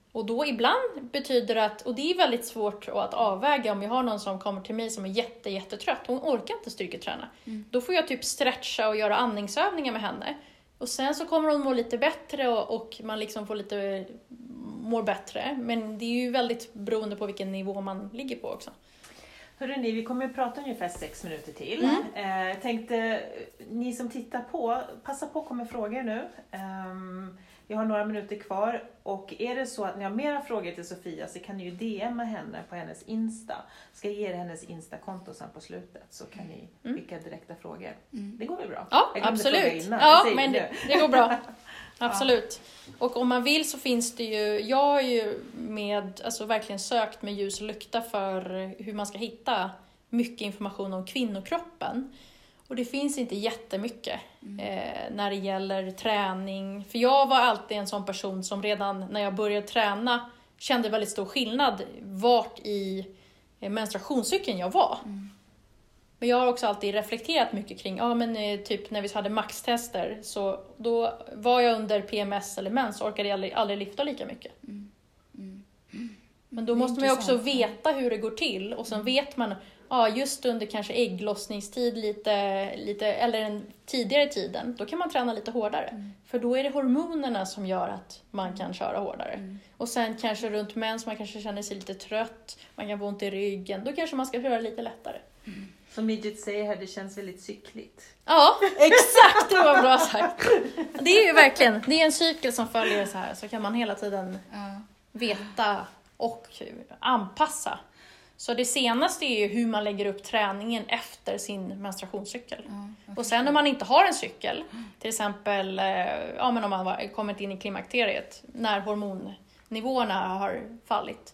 Och då ibland betyder det att, och det är väldigt svårt att avväga om jag har någon som kommer till mig som är jätte, jättetrött. Hon orkar inte styrketräna. Mm. Då får jag typ stretcha och göra andningsövningar med henne. Och sen så kommer hon må lite bättre och, och man liksom får lite, mår bättre. Men det är ju väldigt beroende på vilken nivå man ligger på också. Hörrni, vi kommer att prata ungefär sex minuter till. Mm. Jag tänkte, ni som tittar på, passa på att komma med frågor nu. Um, Vi har några minuter kvar och är det så att ni har mera frågor till Sofia så kan ni ju D M-a henne på hennes Insta. Ska jag ge er hennes Insta-konto sen på slutet så kan ni mm. skicka direkta frågor. Mm. Det går väl bra? Ja, absolut. Ja, men det, det går bra. Absolut. Och om man vill så finns det ju, jag har ju med, alltså verkligen sökt med ljus och lykta för hur man ska hitta mycket information om kvinnokroppen. Och det finns inte jättemycket mm. eh, när det gäller träning. För jag var alltid en sån person som redan när jag började träna kände väldigt stor skillnad vart i eh, menstruationscykeln jag var. Mm. Men jag har också alltid reflekterat mycket kring, ja men eh, typ när vi hade maxtester så då var jag under P M S eller mens så orkade jag aldrig, aldrig lyfta lika mycket. Mm. Mm. Mm. Men då måste man ju också veta hur det går till och sen mm. vet man ja, just under kanske ägglossningstid lite, lite, eller den tidigare tiden, då kan man träna lite hårdare. Mm. För då är det hormonerna som gör att man kan köra hårdare. Mm. Och sen kanske runt mens, man kanske känner sig lite trött, man kan få ont i ryggen, då kanske man ska köra lite lättare. Mm. Som Midget säger här, det känns väldigt cykligt. Ja, exakt, det var bra sagt. Det är ju verkligen, det är en cykel som följer så här, så kan man hela tiden veta och anpassa. Så det senaste är ju hur man lägger upp träningen efter sin menstruationscykel. Mm, och sen om man inte har en cykel, till exempel ja, men om man har kommit in i klimakteriet, när hormonnivåerna har fallit,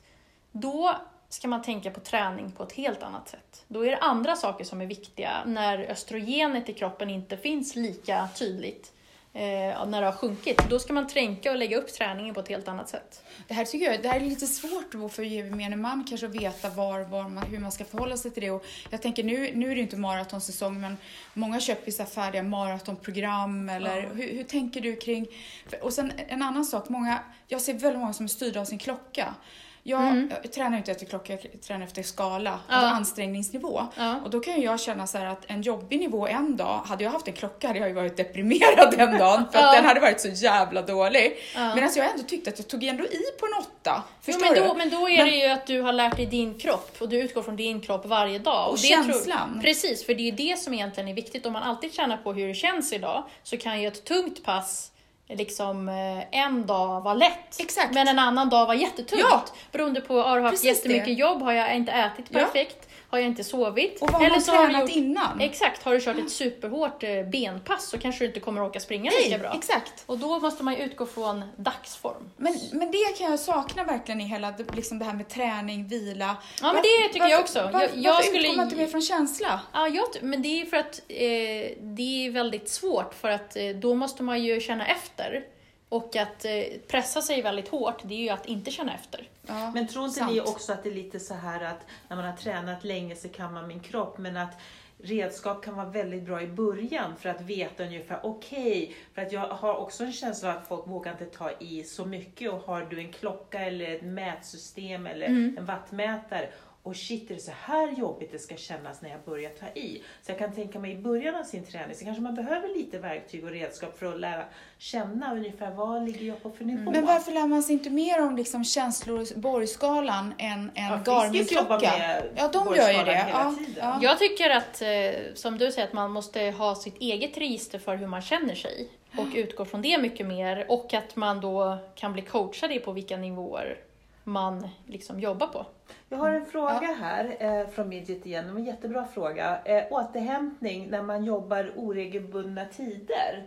då ska man tänka på träning på ett helt annat sätt. Då är det andra saker som är viktiga när östrogenet i kroppen inte finns lika tydligt. Eh, när det har sjunkit, då ska man tränka och lägga upp träningen på ett helt annat sätt. Det här tycker jag, det här är lite svårt för gemene man kanske att veta var, var man, hur man ska förhålla sig till det. Och jag tänker nu, nu är det inte maratonsäsong, men många köper så färdiga maratonprogram eller mm. hur, hur tänker du kring? Och sen en annan sak, många, jag ser väldigt många som är styrda av sin klocka. Jag, mm. jag tränar inte efter klocka, jag tränar efter skala, ja. Alltså ansträngningsnivå. Ja. Och då kan jag känna så här att en jobbig nivå en dag, hade jag haft en klocka hade jag ju varit deprimerad den dagen. För ja. Att den hade varit så jävla dålig. Ja. Men alltså jag ändå tyckte att jag tog ändå i på en åtta. Förstår jo, men, då, du? men då är men, det ju att du har lärt dig din kropp. Och du utgår från din kropp varje dag. Och, och det känslan. Tror, precis, för det är det som egentligen är viktigt. Om man alltid känner på hur det känns idag, så kan ju ett tungt pass liksom en dag var lätt. Exakt. Men en annan dag var jättetungt. Ja. Beroende på, har jag haft jättemycket det. jobb, har jag inte ätit perfekt, ja. Har jag inte sovit. Och vad har man så tränat har gjort, innan? Exakt, har du kört ett superhårt benpass så kanske du inte kommer att åka springa Nej, lika bra. Exakt. Och då måste man ju utgå från dagsform. Men, men det kan jag sakna verkligen i hela liksom det här med träning, vila. Ja, men det tycker varför, jag också. Varför, jag, jag varför skulle... utgår man inte mer från känsla? Ja, jag, men det är för att eh, det är väldigt svårt. För att eh, då måste man ju känna efter. Och att eh, pressa sig väldigt hårt, det är ju att inte känna efter. Ja, men tror inte sant. Ni också att det är lite så här att när man har tränat länge så kan man min kropp, men att redskap kan vara väldigt bra i början för att veta ungefär okej. Okay, för att jag har också en känsla att folk vågar inte ta i så mycket, och har du en klocka eller ett mätsystem eller mm. en wattmätare, och shit, är det så här jobbigt det ska kännas när jag börjar ta i. Så jag kan tänka mig i början av sin träning så kanske man behöver lite verktyg och redskap för att lära känna ungefär vad ligger jag på för nivå. Men varför lär man sig inte mer om liksom känslor, borgskalan än en ja, Garmin-klocka? Ja, de gör ju det. Ja, ja. Jag tycker att, som du säger, att man måste ha sitt eget register för hur man känner sig. Och utgå från det mycket mer. Och att man då kan bli coachad på vilka nivåer man liksom jobbar på. Jag har en fråga ja. här eh, från Midget igen. En jättebra fråga. Eh, återhämtning när man jobbar oregelbundna tider.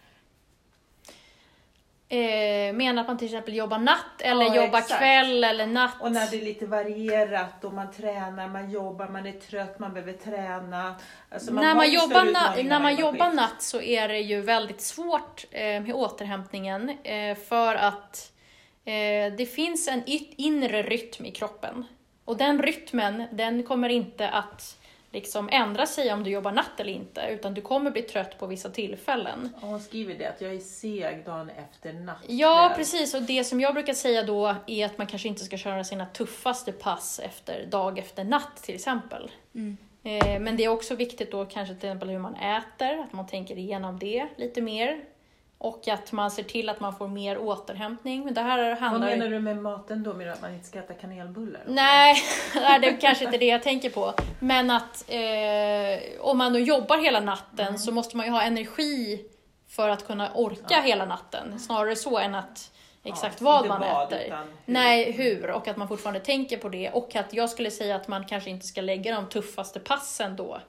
Eh, menar att man till exempel jobbar natt eller ja, jobbar exakt. kväll eller natt. Och när det är lite varierat och man tränar, man jobbar, man är trött, man behöver träna. Alltså man när man, jobbar, na- när man jobbar natt så är det ju väldigt svårt eh, med återhämtningen. Eh, för att eh, det finns en inre rytm i kroppen. Och den rytmen, den kommer inte att liksom ändra sig om du jobbar natt eller inte, utan du kommer bli trött på vissa tillfällen. Ja, hon skriver det, att jag är seg dagen efter nattkväll. Ja, precis. Och det som jag brukar säga då är att man kanske inte ska köra sina tuffaste pass efter dag efter natt till exempel. Mm. Eh, men det är också viktigt då kanske till exempel hur man äter, att man tänker igenom det lite mer. Och att man ser till att man får mer återhämtning. Men det här handlar... Vad menar du med maten då? Med att man inte ska äta kanelbullar? Nej, det är kanske inte det jag tänker på. Men att eh, om man nu jobbar hela natten mm. så måste man ju ha energi för att kunna orka ja. hela natten. Snarare så än att exakt ja, vad man vad, äter. Hur. Nej, hur. Och att man fortfarande tänker på det. Och att jag skulle säga att man kanske inte ska lägga de tuffaste passen då.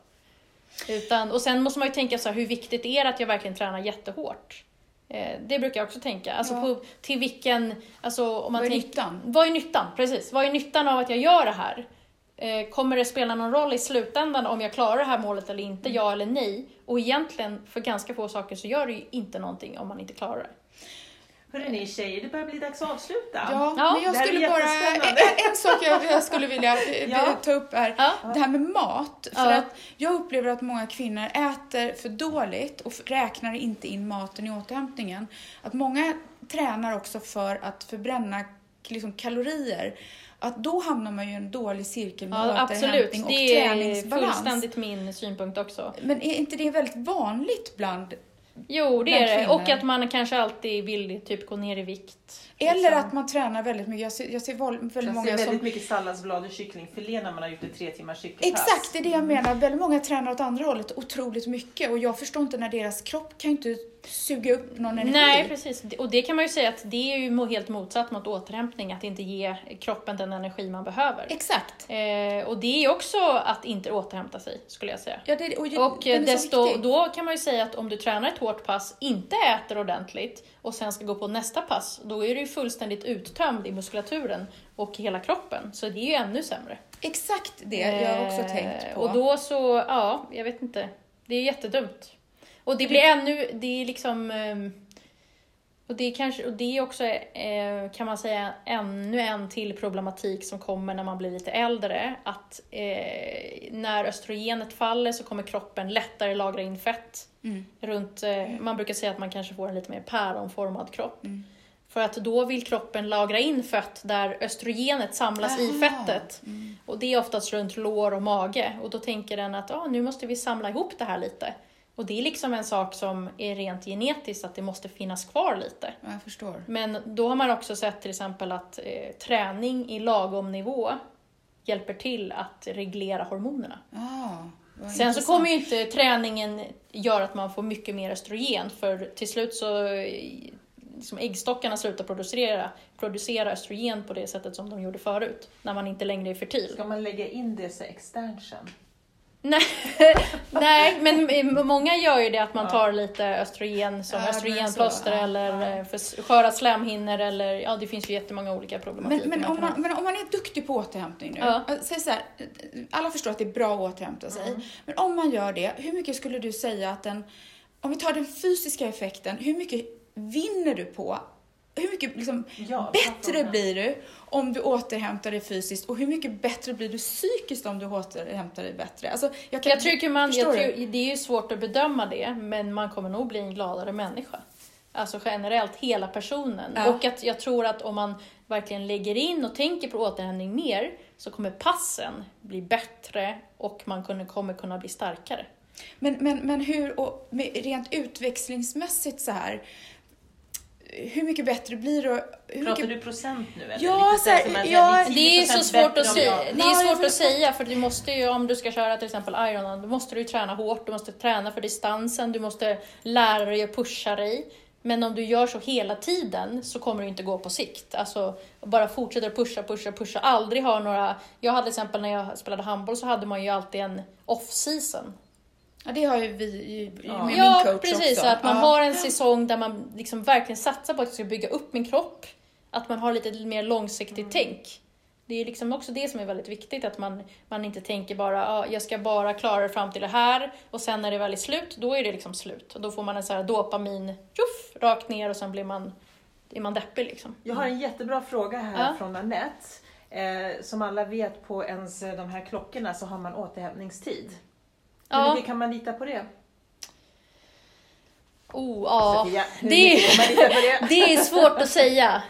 Utan, och sen måste man ju tänka så här, hur viktigt är det att jag verkligen tränar jättehårt? Eh, det brukar jag också tänka. Alltså ja. på, till vilken... Alltså, om man vad är tänk, nyttan? Vad är nyttan? Precis. Vad är nyttan av att jag gör det här? Eh, kommer det spela någon roll i slutändan om jag klarar det här målet eller inte? Mm. Ja eller nej? Och egentligen för ganska få saker så gör det ju inte någonting om man inte klarar det. Hörrni tjejer, det börjar bli dags att avsluta. Ja, ja. Men jag skulle bara, en, en sak jag, jag skulle vilja ja. ta upp är ja. det här med mat. För ja. att jag upplever att många kvinnor äter för dåligt och räknar inte in maten i återhämtningen. Att många tränar också för att förbränna liksom, kalorier. Att då hamnar man ju i en dålig cirkel med ja, återhämtning och träningsbalans. Det är fullständigt min synpunkt också. Men är inte det väldigt vanligt bland... Jo, det är det. Och att man kanske alltid vill typ gå ner i vikt. Eller liksom. att man tränar väldigt mycket. Jag ser, jag ser väldigt jag många ser väldigt som... mycket salladsblad och kycklingfilé när man har gjort ett tre timmars cykelpass. Exakt, det är det jag menar. Väldigt många tränar åt andra hållet otroligt mycket. Och jag förstår inte när deras kropp kan inte suga upp någon energi. Nej, precis. Och det kan man ju säga att det är ju helt motsatt mot återhämtning. Att inte ge kroppen den energi man behöver. Exakt. Eh, och det är också att inte återhämta sig, skulle jag säga. Ja, det, och och desto, då kan man ju säga att om du tränar ett hårt pass, inte äter ordentligt och sen ska gå på nästa pass, då är du ju fullständigt uttömd i muskulaturen och hela kroppen. Så det är ju ännu sämre. Exakt det jag har också tänkt på. Och då så, ja, jag vet inte. Det är jättedumt. Och det blir ännu, det är liksom, och det är kanske, och det är också, kan man säga, ännu en till problematik som kommer när man blir lite äldre. Att eh, när östrogenet faller så kommer kroppen lättare lagra in fett. Mm. Runt, eh, man brukar säga att man kanske får en lite mer päronformad kropp. Mm. För att då vill kroppen lagra in fett där östrogenet samlas Aha. i fettet. Mm. Och det är oftast runt lår och mage. Och då tänker den att ah, nu måste vi samla ihop det här lite. Och det är liksom en sak som är rent genetiskt, att det måste finnas kvar lite. Jag förstår. Men då har man också sett till exempel att eh, träning i lagom nivå hjälper till att reglera hormonerna. Ah, Sen så kommer ju inte träningen göra att man får mycket mer östrogen. För till slut så liksom äggstockarna slutar producera, producera östrogen på det sättet som de gjorde förut. När man inte längre är fertil. Ska man lägga in det så extension? Nej, nej, men många gör ju det att man tar lite östrogen som ja, östrogenplåster ja, eller ja. för sköra slemhinnor eller ja, det finns ju jättemånga olika problematik. Men, men, om, man, men om man är duktig på återhämtning nu, ja. säg så här, alla förstår att det är bra att återhämta sig, mm. men om man gör det, hur mycket skulle du säga att den, om vi tar den fysiska effekten, hur mycket vinner du på? Hur mycket liksom, ja, bättre blir du om du återhämtar dig fysiskt och hur mycket bättre blir du psykiskt om du återhämtar dig bättre? Alltså, jag kan, jag tycker man, jag tror, det är ju svårt att bedöma det, men man kommer nog bli en gladare människa. Alltså generellt hela personen. Ja. Och att jag tror att om man verkligen lägger in och tänker på återhämtning mer så kommer passen bli bättre och man kommer kunna bli starkare. Men, men, men hur, och rent utväxlingsmässigt så här, hur mycket bättre blir det? Hur Pratar mycket... du procent nu? Eller? Ja, så här, ja det är så svårt att säga. Det är svårt att säga för du måste ju, om du ska köra till exempel Ironman, då måste du träna hårt, du måste träna för distansen, du måste lära dig att pusha dig. Men om du gör så hela tiden så kommer du inte gå på sikt. Alltså bara fortsätter pusha, pusha, pusha. Aldrig ha några... Jag hade till exempel när jag spelade handboll så hade man ju alltid en off-season. Ja, det har ju vi i, ja. med ja, min coach precis, också. Att man ja. har en säsong där man liksom verkligen satsar på att jag ska bygga upp min kropp. Att man har lite mer långsiktigt mm. tänk. Det är liksom också det som är väldigt viktigt. Att man, man inte tänker bara, ah, jag ska bara klara det fram till det här. Och sen när det väl är slut, då är det liksom slut. Och då får man en så här dopamin, tjuff, rakt ner och sen blir man, är man deppig liksom. Jag har en jättebra fråga här ja. från Annette. Eh, som alla vet på ens de här klockorna så har man återhämtningstid. Ja. Hur mycket kan man lita på det? Oh, ja. Sofia, hur Det mycket kan man lita på det? Det är svårt att säga.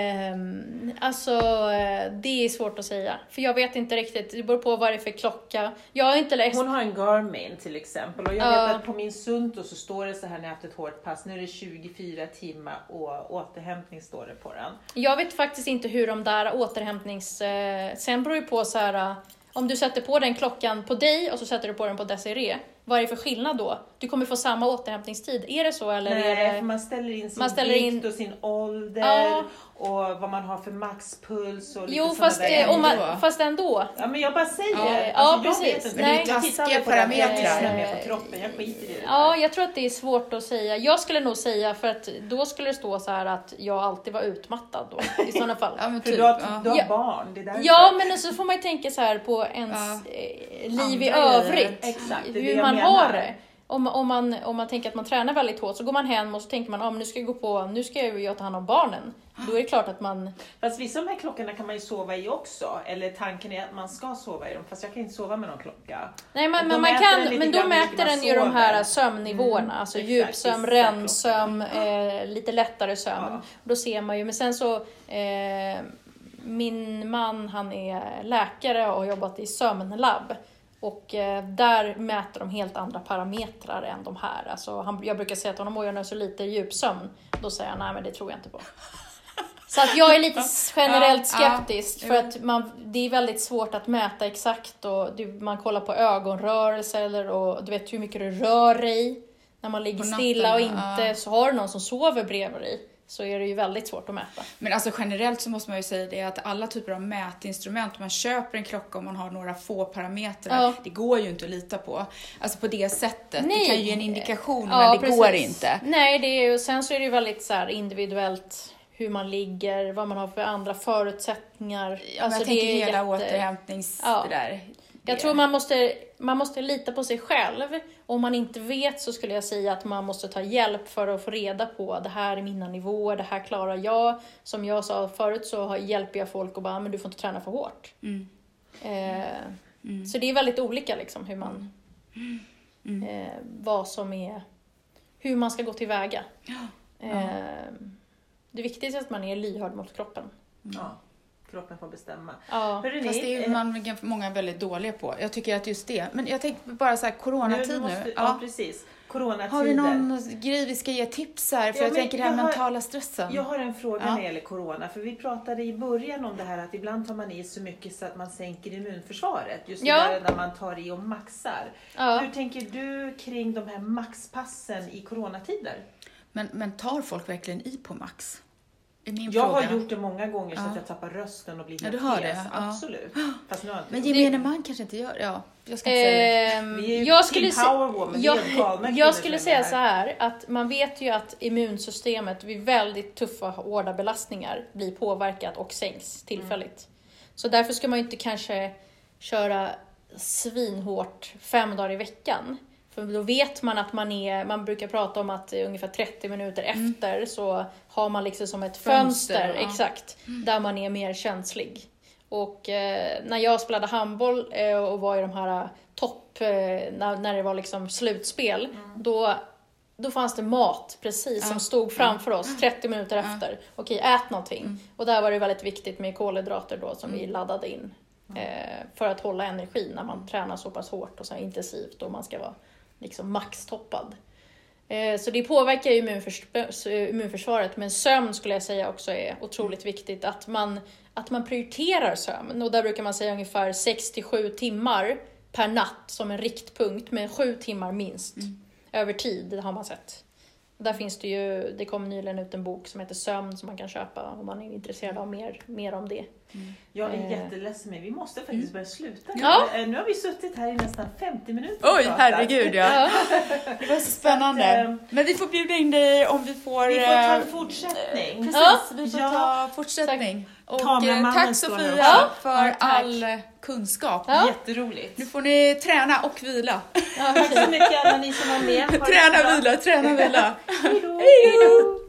Ehm, alltså, det är svårt att säga. För jag vet inte riktigt. Det beror på vad det är för klocka. Jag har inte läst... Hon har en Garmin till exempel. Och jag Ja. vet att på min Sunto så står det så här när jag har haft ett hårt pass. Nu är det tjugofyra timmar och återhämtning står det på den. Jag vet faktiskt inte hur de där återhämtnings... Eh, sen beror det på så här... Om du sätter på den klockan på dig och så sätter du på den på Desiree. Vad är det för skillnad då? Du kommer få samma återhämtningstid. Är det så eller? Nej, är det... för man ställer in sin Man ställer vikt in- och sin ålder. Ja. Och vad man har för maxpuls och lite Jo, sådana fast, där eh, om ändå. man, fast ändå. Ja, men jag bara säger. Ja, alltså, ja, jag precis. vet inte. Nej. Jag tittar Taskiga på det här, men jag parametrar. lyssnar mer på kroppen. Jag skiter i det. Ja, jag tror att det är svårt att säga. Jag skulle nog säga, för att då skulle det stå så här att jag alltid var utmattad då, i sådana fall. Ja, men För typ. du har, ja. du har Ja. barn, det är därför. Ja, men så får man ju tänka så här på ens Ja. eh, liv i Andra övrigt. grejer. Exakt, det är det hur jag man menar. har det. Om, om, man, om man tänker att man tränar väldigt hårt så går man hem och så tänker man, ah, men nu ska jag gå på, nu ska jag ju ta hand om barnen. Då är det klart att man... Fast vissa av de här klockorna kan man ju sova i också. Eller tanken är att man ska sova i dem. Fast jag kan inte sova med någon klocka. Nej, men, Och men, då man mäter den kan, lite men då grann hur mycket mäter man den ju de här sover. sömnivåerna. Mm, Alltså exakt, djupsömn, vissa REM-sömn, eh, lite lättare sömn. Ja. Då ser man ju, men sen så... Eh, min man, han är läkare och har jobbat i sömnlabb. Och eh, där mäter de helt andra parametrar än de här. Alltså, han, jag brukar säga att honom, jag har så lite djupsömn. Då säger han, nej men det tror jag inte på. Så att jag är lite generellt Ja, ja, skeptisk. jo. För att man, det är väldigt svårt att mäta exakt. Och du, man kollar på ögonrörelser och du vet hur mycket du rör dig. När man ligger På natten, stilla och inte. ja. Så har du någon som sover bredvid dig. Så är det ju väldigt svårt att mäta. Men alltså generellt så måste man ju säga det att alla typer av mätinstrument, man köper en klocka om man har några få parametrar, Ja. det går ju inte att lita på. Alltså på det sättet. Nej. Det kan ju ge en indikation Ja, men det precis. går inte. Nej, det är ju, sen så är det ju väldigt så här individuellt hur man ligger, vad man har för andra förutsättningar. Ja, men Alltså, jag tänker det är hela jätte- återhämtnings... Ja. Det där. Jag Det- tror man måste, man måste lita på sig själv. Om man inte vet så skulle jag säga att man måste ta hjälp för att få reda på det här är mina nivåer, det här klarar jag. Som jag sa förut så har- hjälper jag folk och bara, men du får inte träna för hårt. Mm. Eh, Så det är väldigt olika liksom hur man, Mm. eh, vad som är, hur man ska gå tillväga. Eh, det viktigaste är att man är lyhörd mot kroppen. Ja, kroppen får bestämma. Ja. Hörrni, Fast det är ju eh, man, många väldigt dåliga på. Jag tycker att just det. Men jag tänkte bara så här, coronatid nu. måste, ja. Ja. precis. Coronatider. Har vi någon grej vi ska ge tips här? För Ja, jag men tänker den här jag har- mentala stressen. Jag har en fråga Ja. när det gäller corona. För vi pratade i början om det här att ibland tar man i så mycket så att man sänker immunförsvaret. Just Ja. det där när man tar i och maxar. Ja. Hur tänker du kring de här maxpassen i coronatider? Men, men tar folk verkligen i på max? Är min Jag fråga. har gjort det många gånger så Ja. att jag tappar rösten och blir Ja, helt du har hes. det, ja. Absolut. Fast nu har jag inte Men gjort gemene man kanske inte gör ja, jag ska inte säga det. Ehm, Vi är ju jag skulle, Team se- Power Woman, jag, helt galna kvinnor jag som skulle är säga med så här att man vet ju att immunsystemet vid väldigt tuffa hårda belastningar blir påverkat och sänks tillfälligt. Så därför ska man ju inte kanske köra svinhårt fem dagar i veckan. För då vet man att man är, man brukar prata om att ungefär trettio minuter efter så har man liksom som ett fönster, Fönster, ja. exakt, där man är mer känslig. Och eh, när jag spelade handboll eh, och var i de här topp, eh, när, när det var liksom slutspel, då, då fanns det mat precis som Ja. stod framför oss trettio minuter Ja. efter. Okej, ät någonting. Och där var det väldigt viktigt med kolhydrater då som vi laddade in. Eh, för att hålla energi när man tränar så pass hårt och så här intensivt och man ska vara liksom maxtoppad. Eh, så det påverkar ju immunförs- immunförsvaret, men sömn skulle jag säga också är otroligt viktigt. Att man, att man prioriterar sömn, och där brukar man säga ungefär sex till sju timmar per natt som en riktpunkt, med sju timmar minst över tid, det har man sett. Där finns det ju, det kom nyligen ut en bok som heter Sömn som man kan köpa om man är intresserad av mer, mer om det. Jag är Eh. jätteledsen men vi måste faktiskt börja sluta. Ja. Nu. Eh, Nu har vi suttit här i nästan femtio minuter. och Oj, pratat. herregud ja. Ja. Det var så spännande. Så att, eh, Men vi får bjuda in dig om vi får... Vi får ta en eh, fortsättning. Precis, Ja. vi får Ja. ta fortsättning. Och eh, Kameramannen tack står här Sofia också. för Ja, tack. all eh, kunskap. Ja. Jätteroligt. Nu får ni träna och vila. Ja, Tack så mycket alla ni som var med. Ha det så Träna, bra. vila, träna, vila. Hej då. Hej då!